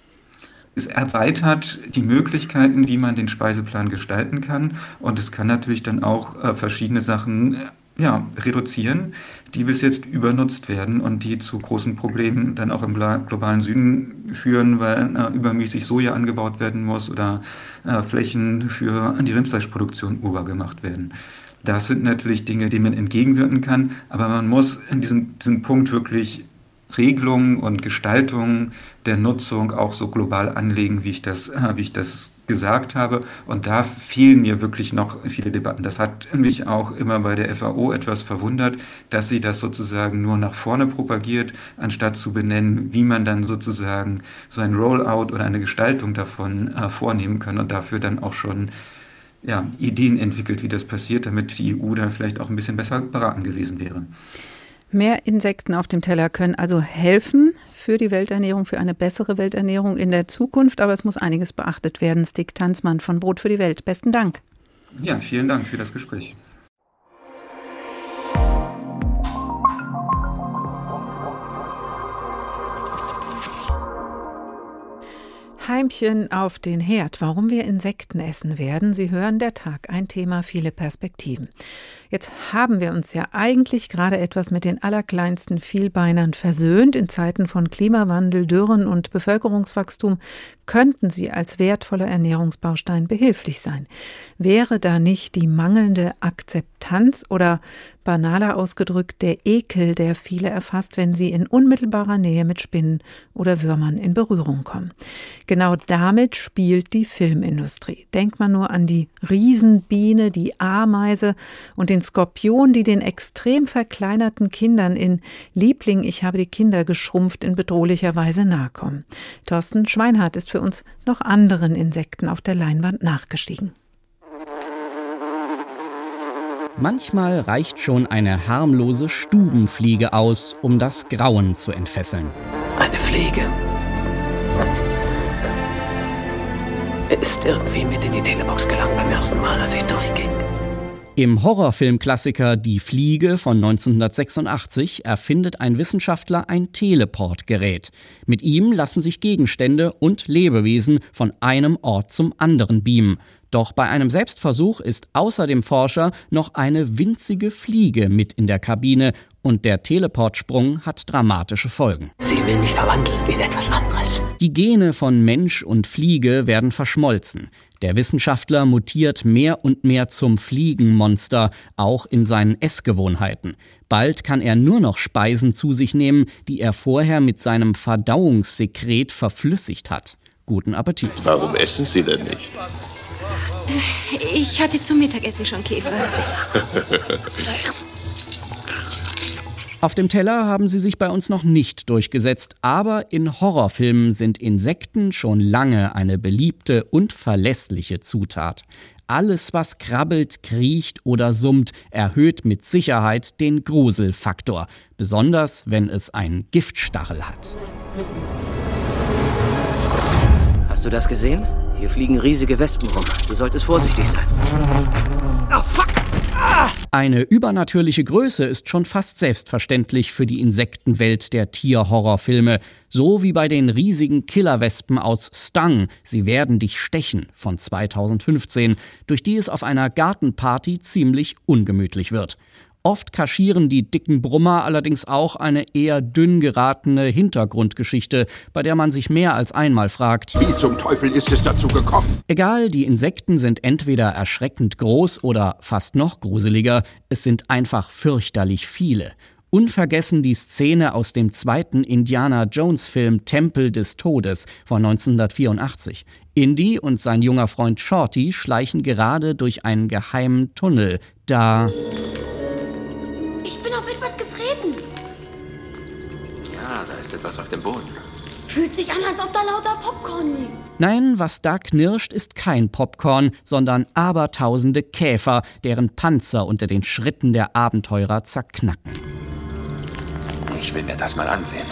Es erweitert die Möglichkeiten, wie man den Speiseplan gestalten kann. Und es kann natürlich dann auch äh, verschiedene Sachen äh, ja, reduzieren, die bis jetzt übernutzt werden und die zu großen Problemen dann auch im globalen Süden führen, weil äh, übermäßig Soja angebaut werden muss oder äh, Flächen für die Rindfleischproduktion urbar gemacht werden. Das sind natürlich Dinge, denen man entgegenwirken kann. Aber man muss in diesem, diesem Punkt wirklich Regelungen und Gestaltung der Nutzung auch so global anlegen, wie ich das, wie ich das gesagt habe. Und da fehlen mir wirklich noch viele Debatten. Das hat mich auch immer bei der F A O etwas verwundert, dass sie das sozusagen nur nach vorne propagiert, anstatt zu benennen, wie man dann sozusagen so ein Rollout oder eine Gestaltung davon äh, vornehmen kann und dafür dann auch schon ja, Ideen entwickelt, wie das passiert, damit die E U da vielleicht auch ein bisschen besser beraten gewesen wäre. Mehr Insekten auf dem Teller können also helfen für die Welternährung, für eine bessere Welternährung in der Zukunft. Aber es muss einiges beachtet werden. Stig Tanzmann von Brot für die Welt. Besten Dank. Ja, vielen Dank für das Gespräch. Heimchen auf den Herd, warum wir Insekten essen werden. Sie hören der Tag, ein Thema, viele Perspektiven. Jetzt haben wir uns ja eigentlich gerade etwas mit den allerkleinsten Vielbeinern versöhnt. In Zeiten von Klimawandel, Dürren und Bevölkerungswachstum könnten sie als wertvoller Ernährungsbaustein behilflich sein. Wäre da nicht die mangelnde Akzeptanz oder banaler ausgedrückt der Ekel, der viele erfasst, wenn sie in unmittelbarer Nähe mit Spinnen oder Würmern in Berührung kommen? Genau damit spielt die Filmindustrie. Denkt man nur an die Riesenbiene, die Ameise und den Skorpion, die den extrem verkleinerten Kindern in Liebling, ich habe die Kinder geschrumpft, in bedrohlicher Weise nahe kommen. Thorsten Schweinhardt ist für uns noch anderen Insekten auf der Leinwand nachgestiegen. Manchmal reicht schon eine harmlose Stubenfliege aus, um das Grauen zu entfesseln. Eine Fliege. Er ist irgendwie mit in die Telebox gelangt beim ersten Mal, als ich durchging. Im Horrorfilmklassiker Die Fliege von neunzehnhundertsechsundachtzig erfindet ein Wissenschaftler ein Teleportgerät. Mit ihm lassen sich Gegenstände und Lebewesen von einem Ort zum anderen beamen. Doch bei einem Selbstversuch ist außer dem Forscher noch eine winzige Fliege mit in der Kabine und der Teleportsprung hat dramatische Folgen. Sie will mich verwandeln in etwas anderes. Die Gene von Mensch und Fliege werden verschmolzen. Der Wissenschaftler mutiert mehr und mehr zum Fliegenmonster, auch in seinen Essgewohnheiten. Bald kann er nur noch Speisen zu sich nehmen, die er vorher mit seinem Verdauungssekret verflüssigt hat. Guten Appetit. Warum essen Sie denn nicht? Ich hatte zum Mittagessen schon Käfer. Auf dem Teller haben sie sich bei uns noch nicht durchgesetzt, aber in Horrorfilmen sind Insekten schon lange eine beliebte und verlässliche Zutat. Alles, was krabbelt, kriecht oder summt, erhöht mit Sicherheit den Gruselfaktor, besonders wenn es einen Giftstachel hat. Hast du das gesehen? Hier fliegen riesige Wespen rum. Du solltest vorsichtig sein. Oh, fuck! Ah! Eine übernatürliche Größe ist schon fast selbstverständlich für die Insektenwelt der Tierhorrorfilme. So wie bei den riesigen Killerwespen aus Stung, Sie werden dich stechen von zweitausendfünfzehn, durch die es auf einer Gartenparty ziemlich ungemütlich wird. Oft kaschieren die dicken Brummer allerdings auch eine eher dünn geratene Hintergrundgeschichte, bei der man sich mehr als einmal fragt: Wie zum Teufel ist es dazu gekommen? Egal, die Insekten sind entweder erschreckend groß oder fast noch gruseliger, es sind einfach fürchterlich viele. Unvergessen die Szene aus dem zweiten Indiana-Jones-Film Tempel des Todes von neunzehnhundertvierundachtzig. Indy und sein junger Freund Shorty schleichen gerade durch einen geheimen Tunnel. Da... Ich bin auf etwas getreten. Ja, da ist etwas auf dem Boden. Fühlt sich an, als ob da lauter Popcorn liegt. Nein, was da knirscht, ist kein Popcorn, sondern abertausende Käfer, deren Panzer unter den Schritten der Abenteurer zerknacken. Ich will mir das mal ansehen.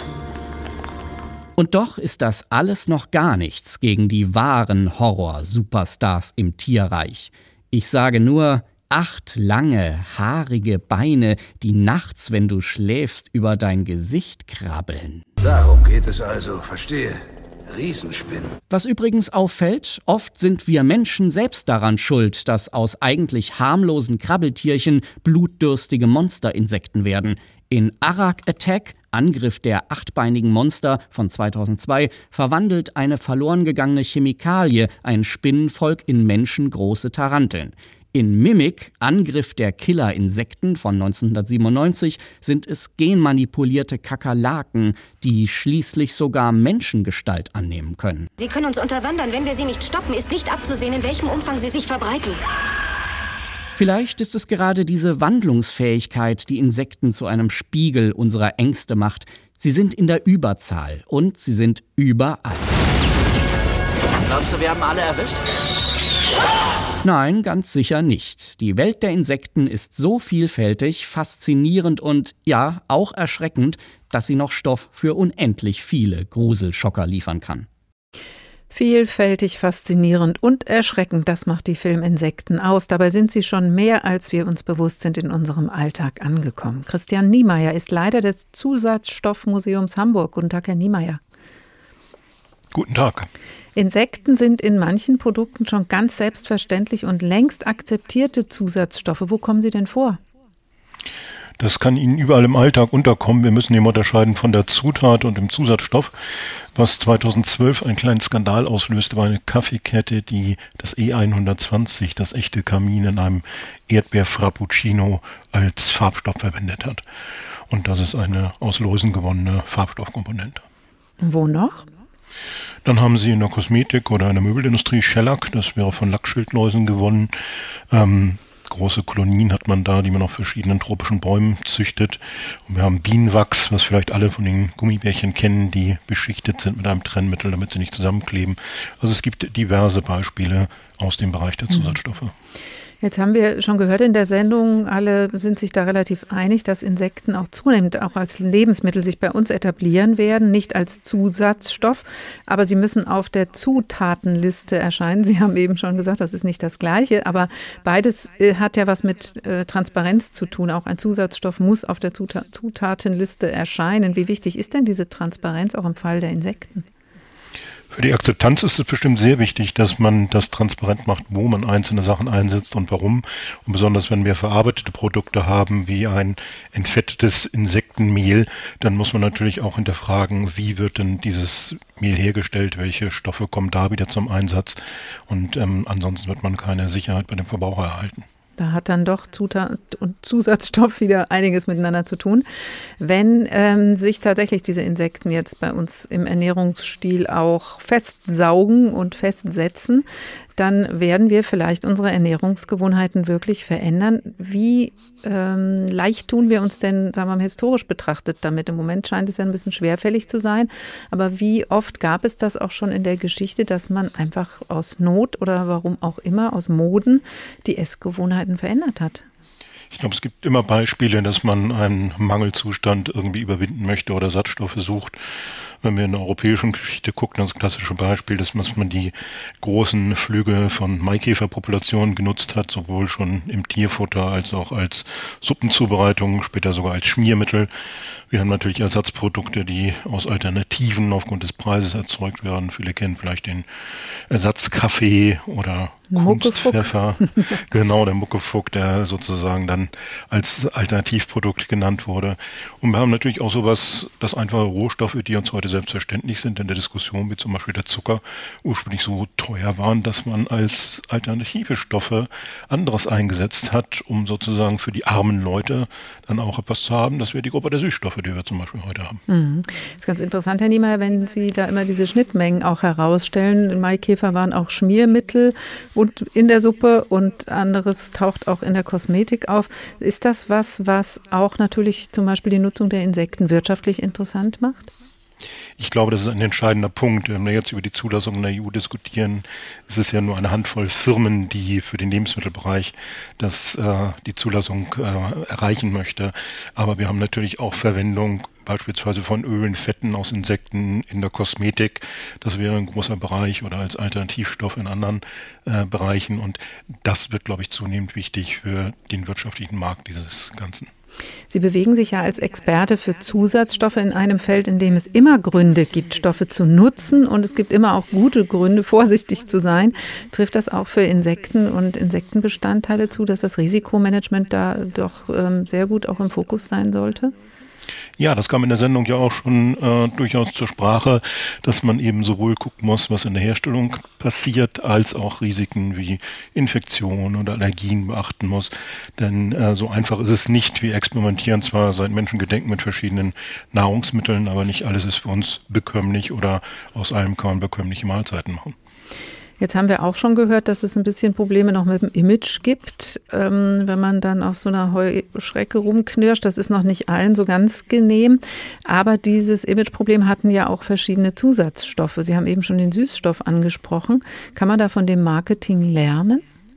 Und doch ist das alles noch gar nichts gegen die wahren Horror-Superstars im Tierreich. Ich sage nur... Acht lange, haarige Beine, die nachts, wenn du schläfst, über dein Gesicht krabbeln. Darum geht es also, verstehe. Riesenspinnen. Was übrigens auffällt, oft sind wir Menschen selbst daran schuld, dass aus eigentlich harmlosen Krabbeltierchen blutdürstige Monsterinsekten werden. In Arak Attack, Angriff der achtbeinigen Monster von zweitausendzwei, verwandelt eine verloren gegangene Chemikalie ein Spinnenvolk in menschengroße Taranteln. In Mimic, Angriff der Killerinsekten von neunzehnhundertsiebenundneunzig, sind es genmanipulierte Kakerlaken, die schließlich sogar Menschengestalt annehmen können. Sie können uns unterwandern, wenn wir sie nicht stoppen, ist nicht abzusehen, in welchem Umfang sie sich verbreiten. Vielleicht ist es gerade diese Wandlungsfähigkeit, die Insekten zu einem Spiegel unserer Ängste macht. Sie sind in der Überzahl und sie sind überall. Glaubst du, wir haben alle erwischt? Nein, ganz sicher nicht. Die Welt der Insekten ist so vielfältig, faszinierend und, ja, auch erschreckend, dass sie noch Stoff für unendlich viele Gruselschocker liefern kann. Vielfältig, faszinierend und erschreckend, das macht die Film Insekten aus. Dabei sind sie schon mehr, als wir uns bewusst sind, in unserem Alltag angekommen. Christian Niemeyer ist Leiter des Zusatzstoffmuseums Hamburg. Guten Tag, Herr Niemeyer. Guten Tag. Insekten sind in manchen Produkten schon ganz selbstverständlich und längst akzeptierte Zusatzstoffe. Wo kommen sie denn vor? Das kann Ihnen überall im Alltag unterkommen. Wir müssen eben unterscheiden von der Zutat und dem Zusatzstoff. Was zweitausendzwölf einen kleinen Skandal auslöste, war eine Kaffeekette, die das E hundertzwanzig, das echte Kamin, in einem Erdbeer-Frappuccino als Farbstoff verwendet hat. Und das ist eine aus Läusen gewonnene Farbstoffkomponente. Wo noch? Dann haben Sie in der Kosmetik oder in der Möbelindustrie Shellac, das wäre von Lackschildläusen gewonnen. Ähm, große Kolonien hat man da, die man auf verschiedenen tropischen Bäumen züchtet. Und wir haben Bienenwachs, was vielleicht alle von den Gummibärchen kennen, die beschichtet sind mit einem Trennmittel, damit sie nicht zusammenkleben. Also es gibt diverse Beispiele aus dem Bereich der Zusatzstoffe. Jetzt haben wir schon gehört in der Sendung, alle sind sich da relativ einig, dass Insekten auch zunehmend auch als Lebensmittel sich bei uns etablieren werden, nicht als Zusatzstoff, aber sie müssen auf der Zutatenliste erscheinen. Sie haben eben schon gesagt, das ist nicht das Gleiche, aber beides hat ja was mit äh, Transparenz zu tun. Auch ein Zusatzstoff muss auf der Zutat- Zutatenliste erscheinen. Wie wichtig ist denn diese Transparenz auch im Fall der Insekten? Für die Akzeptanz ist es bestimmt sehr wichtig, dass man das transparent macht, wo man einzelne Sachen einsetzt und warum. Und besonders wenn wir verarbeitete Produkte haben, wie ein entfettetes Insektenmehl, dann muss man natürlich auch hinterfragen, wie wird denn dieses Mehl hergestellt, welche Stoffe kommen da wieder zum Einsatz. Und ähm, ansonsten wird man keine Sicherheit bei dem Verbraucher erhalten. Da hat dann doch Zutat und Zusatzstoff wieder einiges miteinander zu tun. Wenn ähm, sich tatsächlich diese Insekten jetzt bei uns im Ernährungsstil auch festsaugen und festsetzen, dann werden wir vielleicht unsere Ernährungsgewohnheiten wirklich verändern. Wie ähm, leicht tun wir uns denn, sagen wir mal, historisch betrachtet damit? Im Moment scheint es ja ein bisschen schwerfällig zu sein. Aber wie oft gab es das auch schon in der Geschichte, dass man einfach aus Not oder warum auch immer, aus Moden, die Essgewohnheiten verändert hat? Ich glaube, es gibt immer Beispiele, dass man einen Mangelzustand irgendwie überwinden möchte oder Satzstoffe sucht. Wenn wir in der europäischen Geschichte gucken, das klassische Beispiel, dass man die großen Flüge von Maikäferpopulationen genutzt hat, sowohl schon im Tierfutter als auch als Suppenzubereitung, später sogar als Schmiermittel. Wir haben natürlich Ersatzprodukte, die aus Alternativen aufgrund des Preises erzeugt werden. Viele kennen vielleicht den Ersatzkaffee oder Kunstpfeffer. Genau, der Muckefuck, der sozusagen dann als Alternativprodukt genannt wurde. Und wir haben natürlich auch sowas, das einfache Rohstoffe, die uns heute selbstverständlich sind in der Diskussion, wie zum Beispiel der Zucker, ursprünglich so teuer waren, dass man als alternative Stoffe anderes eingesetzt hat, um sozusagen für die armen Leute dann auch etwas zu haben. Das wäre die Gruppe der Süßstoffe, die wir zum Beispiel heute haben. Mhm. Das ist ganz interessant, Herr Niemeyer, wenn Sie da immer diese Schnittmengen auch herausstellen. Maikäfer waren auch Schmiermittel und in der Suppe und anderes taucht auch in der Kosmetik auf. Ist das was, was auch natürlich zum Beispiel die Nutzung der Insekten wirtschaftlich interessant macht? Ich glaube, das ist ein entscheidender Punkt. Wenn wir jetzt über die Zulassung in der E U diskutieren, ist es ja nur eine Handvoll Firmen, die für den Lebensmittelbereich das, äh, die Zulassung äh, erreichen möchte. Aber wir haben natürlich auch Verwendung beispielsweise von Ölen, Fetten aus Insekten in der Kosmetik. Das wäre ein großer Bereich oder als Alternativstoff in anderen äh, Bereichen. Und das wird, glaube ich, zunehmend wichtig für den wirtschaftlichen Markt dieses Ganzen. Sie bewegen sich ja als Experte für Zusatzstoffe in einem Feld, in dem es immer Gründe gibt, Stoffe zu nutzen und es gibt immer auch gute Gründe, vorsichtig zu sein. Trifft das auch für Insekten und Insektenbestandteile zu, dass das Risikomanagement da doch ähm, sehr gut auch im Fokus sein sollte? Ja, das kam in der Sendung ja auch schon äh, durchaus zur Sprache, dass man eben sowohl gucken muss, was in der Herstellung passiert, als auch Risiken wie Infektionen oder Allergien beachten muss. Denn äh, so einfach ist es nicht. Wir experimentieren zwar seit Menschengedenken mit verschiedenen Nahrungsmitteln, aber nicht alles ist für uns bekömmlich oder aus allem kann man bekömmliche Mahlzeiten machen. Jetzt haben wir auch schon gehört, dass es ein bisschen Probleme noch mit dem Image gibt, ähm, wenn man dann auf so einer Heuschrecke rumknirscht. Das ist noch nicht allen so ganz genehm. Aber dieses Imageproblem hatten ja auch verschiedene Zusatzstoffe. Sie haben eben schon den Süßstoff angesprochen. Kann man da von dem Marketing lernen?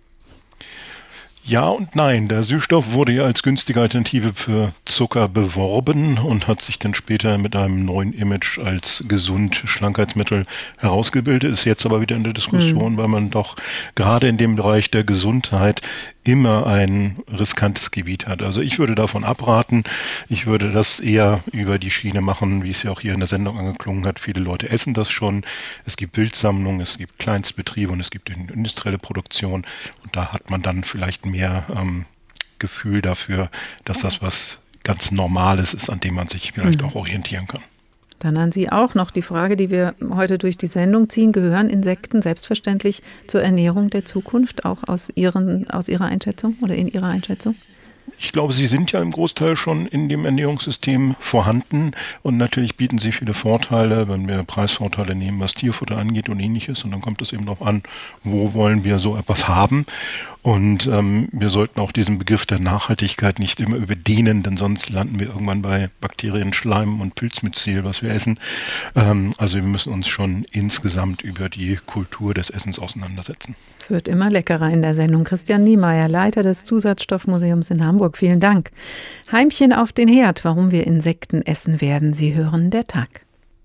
Ja und nein. Der Süßstoff wurde ja als günstige Alternative für Zucker beworben und hat sich dann später mit einem neuen Image als gesund Schlankheitsmittel herausgebildet. Ist jetzt aber wieder in der Diskussion, mhm. weil man doch gerade in dem Bereich der Gesundheit immer ein riskantes Gebiet hat. Also ich würde davon abraten. Ich würde das eher über die Schiene machen, wie es ja auch hier in der Sendung angeklungen hat. Viele Leute essen das schon. Es gibt Wildsammlungen, es gibt Kleinstbetriebe und es gibt industrielle Produktion. Und da hat man dann vielleicht mehr ähm, Gefühl dafür, dass das was ganz Normales ist, an dem man sich vielleicht mhm. auch orientieren kann. Dann an Sie auch noch die Frage, die wir heute durch die Sendung ziehen. Gehören Insekten selbstverständlich zur Ernährung der Zukunft, auch aus, Ihren, aus Ihrer Einschätzung oder in Ihrer Einschätzung? Ich glaube, sie sind ja im Großteil schon in dem Ernährungssystem vorhanden und natürlich bieten sie viele Vorteile, wenn wir Preisvorteile nehmen, was Tierfutter angeht und ähnliches. Und dann kommt es eben darauf an, wo wollen wir so etwas haben. Und ähm, wir sollten auch diesen Begriff der Nachhaltigkeit nicht immer überdehnen, denn sonst landen wir irgendwann bei Bakterien, Schleim und Pilzmyzel, was wir essen. Ähm, also wir müssen uns schon insgesamt über die Kultur des Essens auseinandersetzen. Es wird immer leckerer in der Sendung. Christian Niemeyer, Leiter des Zusatzstoffmuseums in Hamburg. Vielen Dank. Heimchen auf den Herd, warum wir Insekten essen werden. Sie hören der Tag.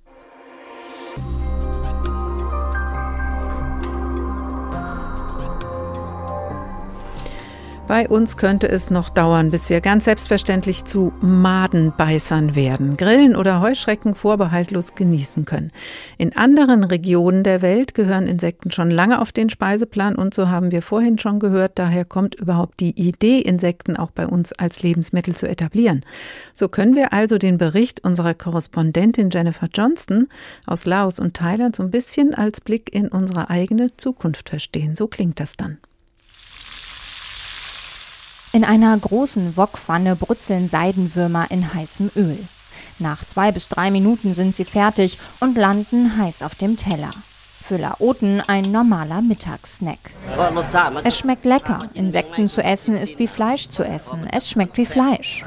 Bei uns könnte es noch dauern, bis wir ganz selbstverständlich zu Madenbeißern werden, Grillen oder Heuschrecken vorbehaltlos genießen können. In anderen Regionen der Welt gehören Insekten schon lange auf den Speiseplan und so haben wir vorhin schon gehört, daher kommt überhaupt die Idee, Insekten auch bei uns als Lebensmittel zu etablieren. So können wir also den Bericht unserer Korrespondentin Jennifer Johnston aus Laos und Thailand so ein bisschen als Blick in unsere eigene Zukunft verstehen. So klingt das dann. In einer großen Wokpfanne brutzeln Seidenwürmer in heißem Öl. Nach zwei bis drei Minuten sind sie fertig und landen heiß auf dem Teller. Für Laoten ein normaler Mittagssnack. Es schmeckt lecker. Insekten zu essen ist wie Fleisch zu essen. Es schmeckt wie Fleisch,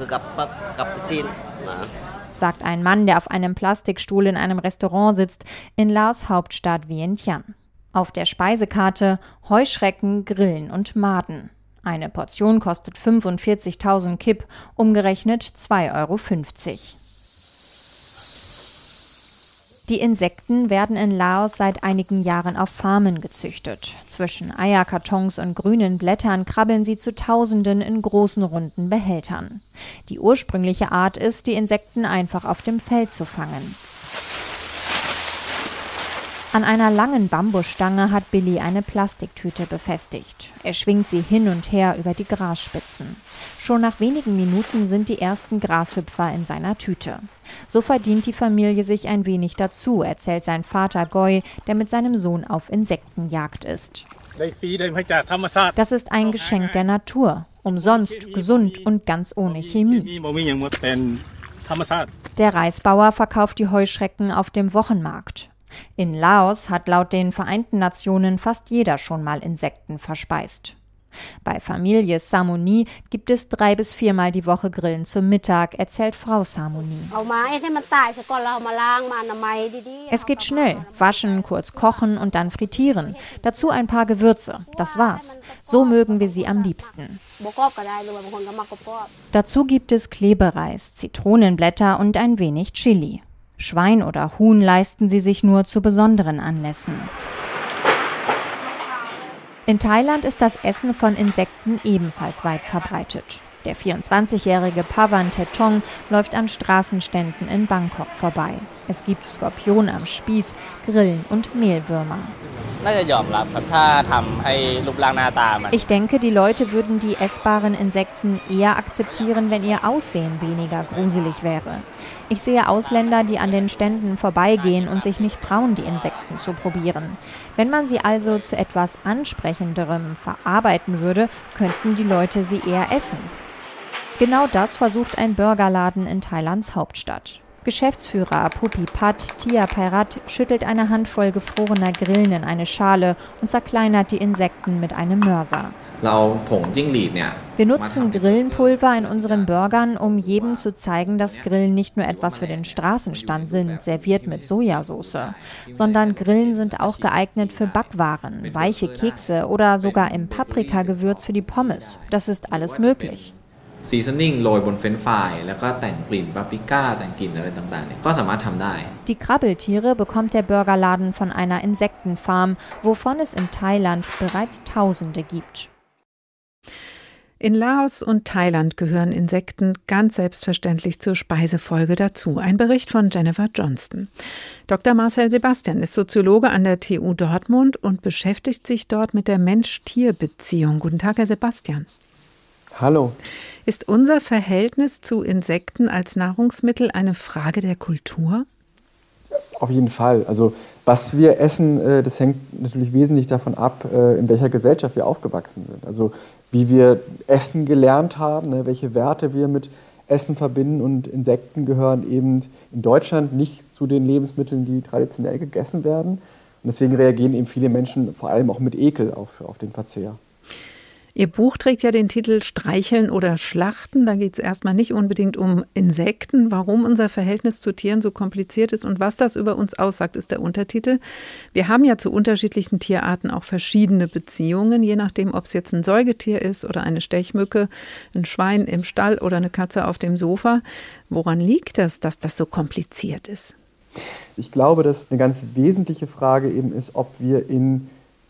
sagt ein Mann, der auf einem Plastikstuhl in einem Restaurant sitzt, in Laos Hauptstadt Vientiane. Auf der Speisekarte Heuschrecken, Grillen und Maden. Eine Portion kostet fünfundvierzigtausend Kip, umgerechnet zwei Euro fünfzig. Die Insekten werden in Laos seit einigen Jahren auf Farmen gezüchtet. Zwischen Eierkartons und grünen Blättern krabbeln sie zu Tausenden in großen runden Behältern. Die ursprüngliche Art ist, die Insekten einfach auf dem Feld zu fangen. An einer langen Bambusstange hat Billy eine Plastiktüte befestigt. Er schwingt sie hin und her über die Grasspitzen. Schon nach wenigen Minuten sind die ersten Grashüpfer in seiner Tüte. So verdient die Familie sich ein wenig dazu, erzählt sein Vater Goy, der mit seinem Sohn auf Insektenjagd ist. Das ist ein Geschenk der Natur. Umsonst, gesund und ganz ohne Chemie. Der Reisbauer verkauft die Heuschrecken auf dem Wochenmarkt. In Laos hat laut den Vereinten Nationen fast jeder schon mal Insekten verspeist. Bei Familie Samoni gibt es drei bis viermal die Woche Grillen zum Mittag, erzählt Frau Samoni. Es geht schnell. Waschen, kurz kochen und dann frittieren. Dazu ein paar Gewürze. Das war's. So mögen wir sie am liebsten. Dazu gibt es Klebereis, Zitronenblätter und ein wenig Chili. Schwein oder Huhn leisten sie sich nur zu besonderen Anlässen. In Thailand ist das Essen von Insekten ebenfalls weit verbreitet. Der vierundzwanzigjährige Pavan Thetong läuft an Straßenständen in Bangkok vorbei. Es gibt Skorpion am Spieß, Grillen und Mehlwürmer. Ich denke, die Leute würden die essbaren Insekten eher akzeptieren, wenn ihr Aussehen weniger gruselig wäre. Ich sehe Ausländer, die an den Ständen vorbeigehen und sich nicht trauen, die Insekten zu probieren. Wenn man sie also zu etwas Ansprechenderem verarbeiten würde, könnten die Leute sie eher essen. Genau das versucht ein Burgerladen in Thailands Hauptstadt. Geschäftsführer Pupi Pat Tia Peirat schüttelt eine Handvoll gefrorener Grillen in eine Schale und zerkleinert die Insekten mit einem Mörser. Wir nutzen Grillenpulver in unseren Burgern, um jedem zu zeigen, dass Grillen nicht nur etwas für den Straßenstand sind, serviert mit Sojasauce, sondern Grillen sind auch geeignet für Backwaren, weiche Kekse oder sogar im Paprikagewürz für die Pommes. Das ist alles möglich. Die Krabbeltiere bekommt der Burgerladen von einer Insektenfarm, wovon es in Thailand bereits Tausende gibt. In Laos und Thailand gehören Insekten ganz selbstverständlich zur Speisefolge dazu. Ein Bericht von Jennifer Johnston. Doktor Marcel Sebastian ist Soziologe an der T U Dortmund und beschäftigt sich dort mit der Mensch-Tier-Beziehung. Guten Tag, Herr Sebastian. Hallo. Ist unser Verhältnis zu Insekten als Nahrungsmittel eine Frage der Kultur? Auf jeden Fall. Also was wir essen, das hängt natürlich wesentlich davon ab, in welcher Gesellschaft wir aufgewachsen sind. Also wie wir Essen gelernt haben, welche Werte wir mit Essen verbinden. Und Insekten gehören eben in Deutschland nicht zu den Lebensmitteln, die traditionell gegessen werden. Und deswegen reagieren eben viele Menschen vor allem auch mit Ekel auf, auf den Verzehr. Ihr Buch trägt ja den Titel Streicheln oder Schlachten. Da geht es erstmal nicht unbedingt um Insekten. Warum unser Verhältnis zu Tieren so kompliziert ist und was das über uns aussagt, ist der Untertitel. Wir haben ja zu unterschiedlichen Tierarten auch verschiedene Beziehungen, je nachdem, ob es jetzt ein Säugetier ist oder eine Stechmücke, ein Schwein im Stall oder eine Katze auf dem Sofa. Woran liegt das, dass das so kompliziert ist? Ich glaube, dass eine ganz wesentliche Frage eben ist, ob wir in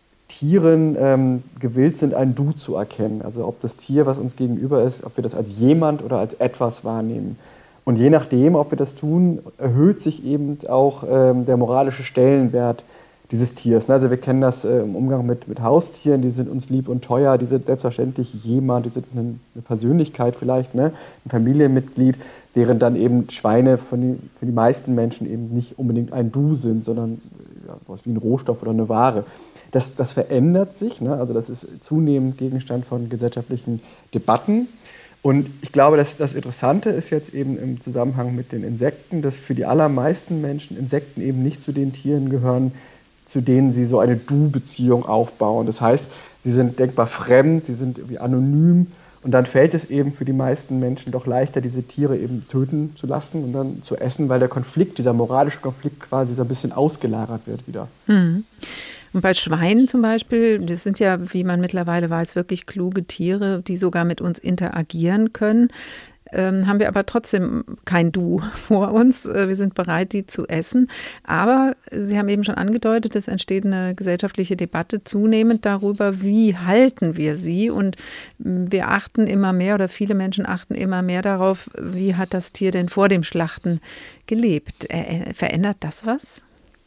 Tieren ähm, gewillt sind, ein Du zu erkennen. Also ob das Tier, was uns gegenüber ist, ob wir das als jemand oder als etwas wahrnehmen. Und je nachdem, ob wir das tun, erhöht sich eben auch ähm, der moralische Stellenwert dieses Tiers. Also wir kennen das äh, im Umgang mit, mit Haustieren, die sind uns lieb und teuer, die sind selbstverständlich jemand, die sind eine, eine Persönlichkeit vielleicht, ne? Ein Familienmitglied, während dann eben Schweine von die, für die meisten Menschen eben nicht unbedingt ein Du sind, sondern ja, sowas wie ein Rohstoff oder eine Ware. Das, das verändert sich, ne? Also das ist zunehmend Gegenstand von gesellschaftlichen Debatten. Und ich glaube, dass das Interessante ist jetzt eben im Zusammenhang mit den Insekten, dass für die allermeisten Menschen Insekten eben nicht zu den Tieren gehören, zu denen sie so eine Du-Beziehung aufbauen. Das heißt, sie sind denkbar fremd, sie sind irgendwie anonym. Und dann fällt es eben für die meisten Menschen doch leichter, diese Tiere eben töten zu lassen und dann zu essen, weil der Konflikt, dieser moralische Konflikt quasi so ein bisschen ausgelagert wird wieder. Hm. Und bei Schweinen zum Beispiel, das sind ja, wie man mittlerweile weiß, wirklich kluge Tiere, die sogar mit uns interagieren können, ähm, haben wir aber trotzdem kein Du vor uns. Wir sind bereit, die zu essen. Aber Sie haben eben schon angedeutet, es entsteht eine gesellschaftliche Debatte zunehmend darüber, wie halten wir sie. Und wir achten immer mehr oder viele Menschen achten immer mehr darauf, wie hat das Tier denn vor dem Schlachten gelebt. Verändert das was?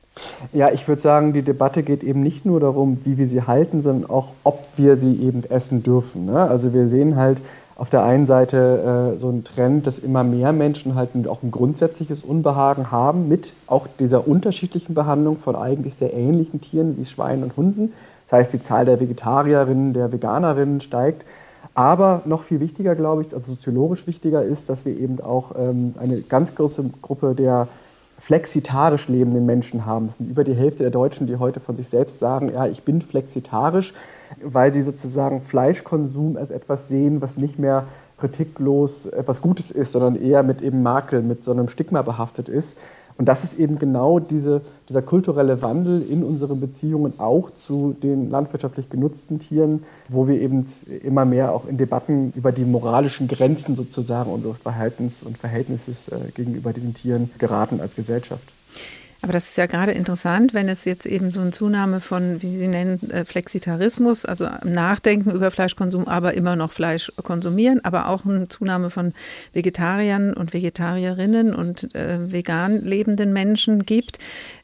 Ja, ich würde sagen, die Debatte geht eben nicht nur darum, wie wir sie halten, sondern auch, ob wir sie eben essen dürfen. Ne? Also wir sehen halt auf der einen Seite äh, so einen Trend, dass immer mehr Menschen halt auch ein grundsätzliches Unbehagen haben mit auch dieser unterschiedlichen Behandlung von eigentlich sehr ähnlichen Tieren wie Schweinen und Hunden. Das heißt, die Zahl der Vegetarierinnen, der Veganerinnen steigt. Aber noch viel wichtiger, glaube ich, also soziologisch wichtiger ist, dass wir eben auch ähm, eine ganz große Gruppe der flexitarisch lebenden Menschen haben. Das sind über die Hälfte der Deutschen, die heute von sich selbst sagen, ja, ich bin flexitarisch, weil sie sozusagen Fleischkonsum als etwas sehen, was nicht mehr kritiklos etwas Gutes ist, sondern eher mit eben Makel, mit so einem Stigma behaftet ist. Und das ist eben genau diese, dieser kulturelle Wandel in unseren Beziehungen auch zu den landwirtschaftlich genutzten Tieren, wo wir eben immer mehr auch in Debatten über die moralischen Grenzen sozusagen unseres Verhaltens und Verhältnisses äh, gegenüber diesen Tieren geraten als Gesellschaft. Aber das ist ja gerade interessant, wenn es jetzt eben so eine Zunahme von, wie Sie nennen, Flexitarismus, also Nachdenken über Fleischkonsum, aber immer noch Fleisch konsumieren, aber auch eine Zunahme von Vegetariern und Vegetarierinnen und äh, vegan lebenden Menschen gibt,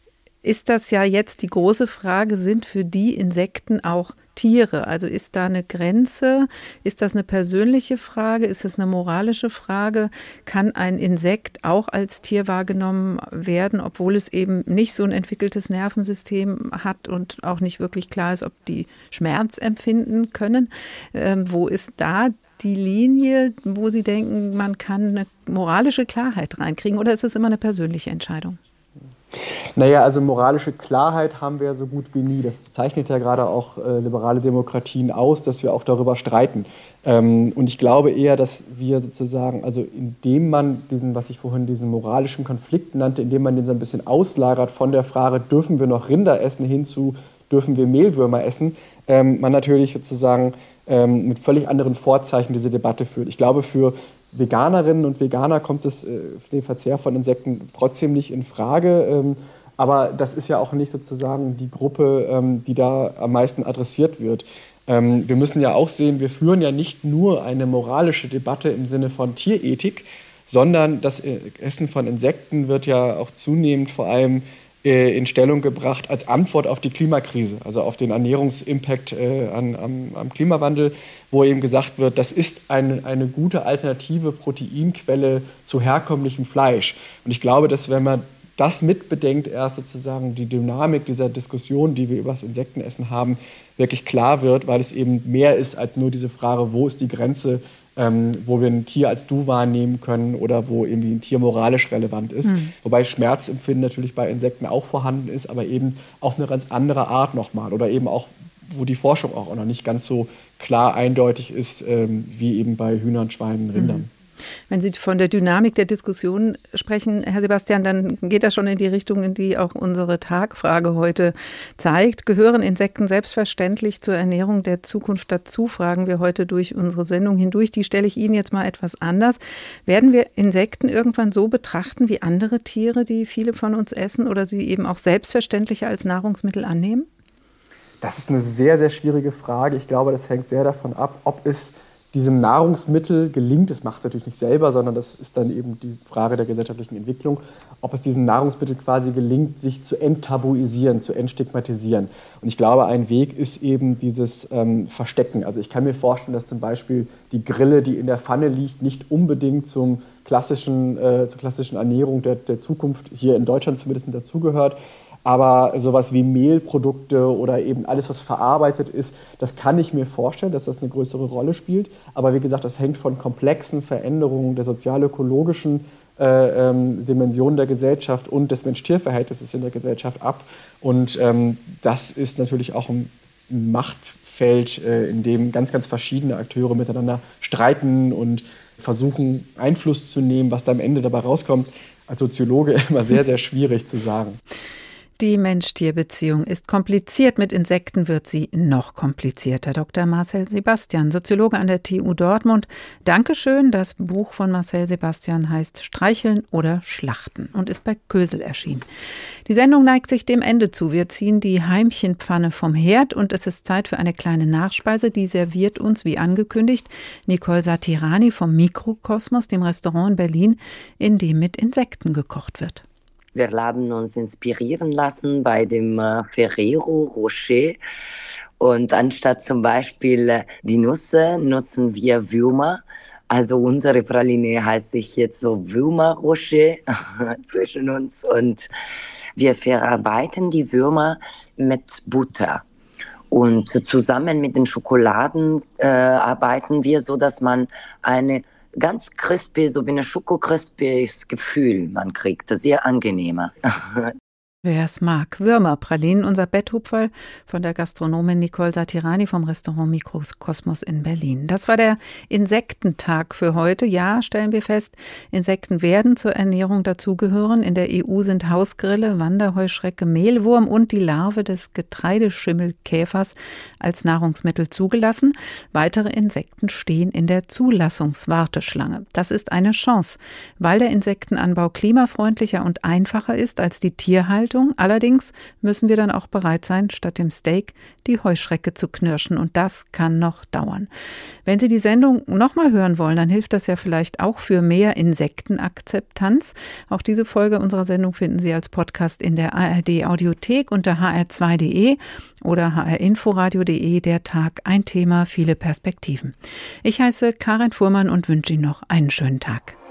ist das ja jetzt die große Frage, sind für die Insekten auch Tiere? Also ist da eine Grenze? Ist das eine persönliche Frage? Ist es eine moralische Frage? Kann ein Insekt auch als Tier wahrgenommen werden, obwohl es eben nicht so ein entwickeltes Nervensystem hat und auch nicht wirklich klar ist, ob die Schmerz empfinden können? Ähm, wo ist da die Linie, wo Sie denken, man kann eine moralische Klarheit reinkriegen, oder ist es immer eine persönliche Entscheidung? Naja, also moralische Klarheit haben wir so gut wie nie. Das zeichnet ja gerade auch äh, liberale Demokratien aus, dass wir auch darüber streiten. Ähm, und ich glaube eher, dass wir sozusagen, also indem man diesen, was ich vorhin diesen moralischen Konflikt nannte, indem man den so ein bisschen auslagert von der Frage, dürfen wir noch Rinder essen, hin zu, dürfen wir Mehlwürmer essen, ähm, man natürlich sozusagen ähm, mit völlig anderen Vorzeichen diese Debatte führt. Ich glaube, für Veganerinnen und Veganer kommt es, äh, den Verzehr von Insekten trotzdem nicht in Frage. Ähm, aber das ist ja auch nicht sozusagen die Gruppe, ähm, die da am meisten adressiert wird. Ähm, wir müssen ja auch sehen, wir führen ja nicht nur eine moralische Debatte im Sinne von Tierethik, sondern das Essen von Insekten wird ja auch zunehmend vor allem äh, in Stellung gebracht als Antwort auf die Klimakrise, also auf den Ernährungsimpact äh, an, am, am Klimawandel, wo eben gesagt wird, das ist eine, eine gute alternative Proteinquelle zu herkömmlichem Fleisch. Und ich glaube, dass wenn man das mitbedenkt, erst sozusagen die Dynamik dieser Diskussion, die wir über das Insektenessen haben, wirklich klar wird, weil es eben mehr ist als nur diese Frage, wo ist die Grenze, ähm, wo wir ein Tier als Du wahrnehmen können oder wo irgendwie ein Tier moralisch relevant ist. Mhm. Wobei Schmerzempfinden natürlich bei Insekten auch vorhanden ist, aber eben auf eine ganz andere Art nochmal oder eben auch, wo die Forschung auch noch nicht ganz so klar eindeutig ist, ähm, wie eben bei Hühnern, Schweinen, Rindern. Mhm. Wenn Sie von der Dynamik der Diskussion sprechen, Herr Sebastian, dann geht das schon in die Richtung, in die auch unsere Tagfrage heute zeigt. Gehören Insekten selbstverständlich zur Ernährung der Zukunft dazu? Fragen wir heute durch unsere Sendung hindurch. Die stelle ich Ihnen jetzt mal etwas anders. Werden wir Insekten irgendwann so betrachten wie andere Tiere, die viele von uns essen, oder sie eben auch selbstverständlich als Nahrungsmittel annehmen? Das ist eine sehr, sehr schwierige Frage. Ich glaube, das hängt sehr davon ab, ob es diesem Nahrungsmittel gelingt, das macht es natürlich nicht selber, sondern das ist dann eben die Frage der gesellschaftlichen Entwicklung, ob es diesem Nahrungsmittel quasi gelingt, sich zu enttabuisieren, zu entstigmatisieren. Und ich glaube, ein Weg ist eben dieses ähm, Verstecken. Also ich kann mir vorstellen, dass zum Beispiel die Grille, die in der Pfanne liegt, nicht unbedingt zum klassischen, äh, zur klassischen Ernährung der, der Zukunft, hier in Deutschland zumindest, dazugehört. Aber sowas wie Mehlprodukte oder eben alles, was verarbeitet ist, das kann ich mir vorstellen, dass das eine größere Rolle spielt. Aber wie gesagt, das hängt von komplexen Veränderungen der sozial-ökologischen äh, ähm, Dimensionen der Gesellschaft und des Mensch-Tier-Verhältnisses in der Gesellschaft ab. Und ähm, das ist natürlich auch ein Machtfeld, äh, in dem ganz, ganz verschiedene Akteure miteinander streiten und versuchen, Einfluss zu nehmen. Was da am Ende dabei rauskommt, als Soziologe immer sehr, sehr schwierig zu sagen. Die Mensch-Tier-Beziehung ist kompliziert. Mit Insekten wird sie noch komplizierter. Doktor Marcel Sebastian, Soziologe an der T U Dortmund. Dankeschön. Das Buch von Marcel Sebastian heißt Streicheln oder Schlachten und ist bei Kösel erschienen. Die Sendung neigt sich dem Ende zu. Wir ziehen die Heimchenpfanne vom Herd und es ist Zeit für eine kleine Nachspeise. Die serviert uns, wie angekündigt, Nicole Satirani vom Mikrokosmos, dem Restaurant in Berlin, in dem mit Insekten gekocht wird. Wir haben uns inspirieren lassen bei dem äh, Ferrero Rocher. Und anstatt zum Beispiel äh, die Nüsse nutzen wir Würmer. Also unsere Praline heißt sich jetzt so Würmer Rocher zwischen uns. Und wir verarbeiten die Würmer mit Butter. Und zusammen mit den Schokoladen äh, arbeiten wir, so dass man eine ganz crispy, so wie eine Schoko-crispyes Gefühl man kriegt. Das ist sehr angenehmer. Wer es mag. Würmerpralinen, unser Betthupferl von der Gastronomin Nicole Satirani vom Restaurant Mikrokosmos in Berlin. Das war der Insektentag für heute. Ja, stellen wir fest, Insekten werden zur Ernährung dazugehören. In der E U sind Hausgrille, Wanderheuschrecke, Mehlwurm und die Larve des Getreideschimmelkäfers als Nahrungsmittel zugelassen. Weitere Insekten stehen in der Zulassungswarteschlange. Das ist eine Chance, weil der Insektenanbau klimafreundlicher und einfacher ist als die Tierhaltung. Allerdings müssen wir dann auch bereit sein, statt dem Steak die Heuschrecke zu knirschen. Und das kann noch dauern. Wenn Sie die Sendung nochmal hören wollen, dann hilft das ja vielleicht auch für mehr Insektenakzeptanz. Auch diese Folge unserer Sendung finden Sie als Podcast in der A R D-Audiothek unter h r zwei punkt d e oder h r inforadio punkt d e. Der Tag, ein Thema, viele Perspektiven. Ich heiße Karin Fuhrmann und wünsche Ihnen noch einen schönen Tag.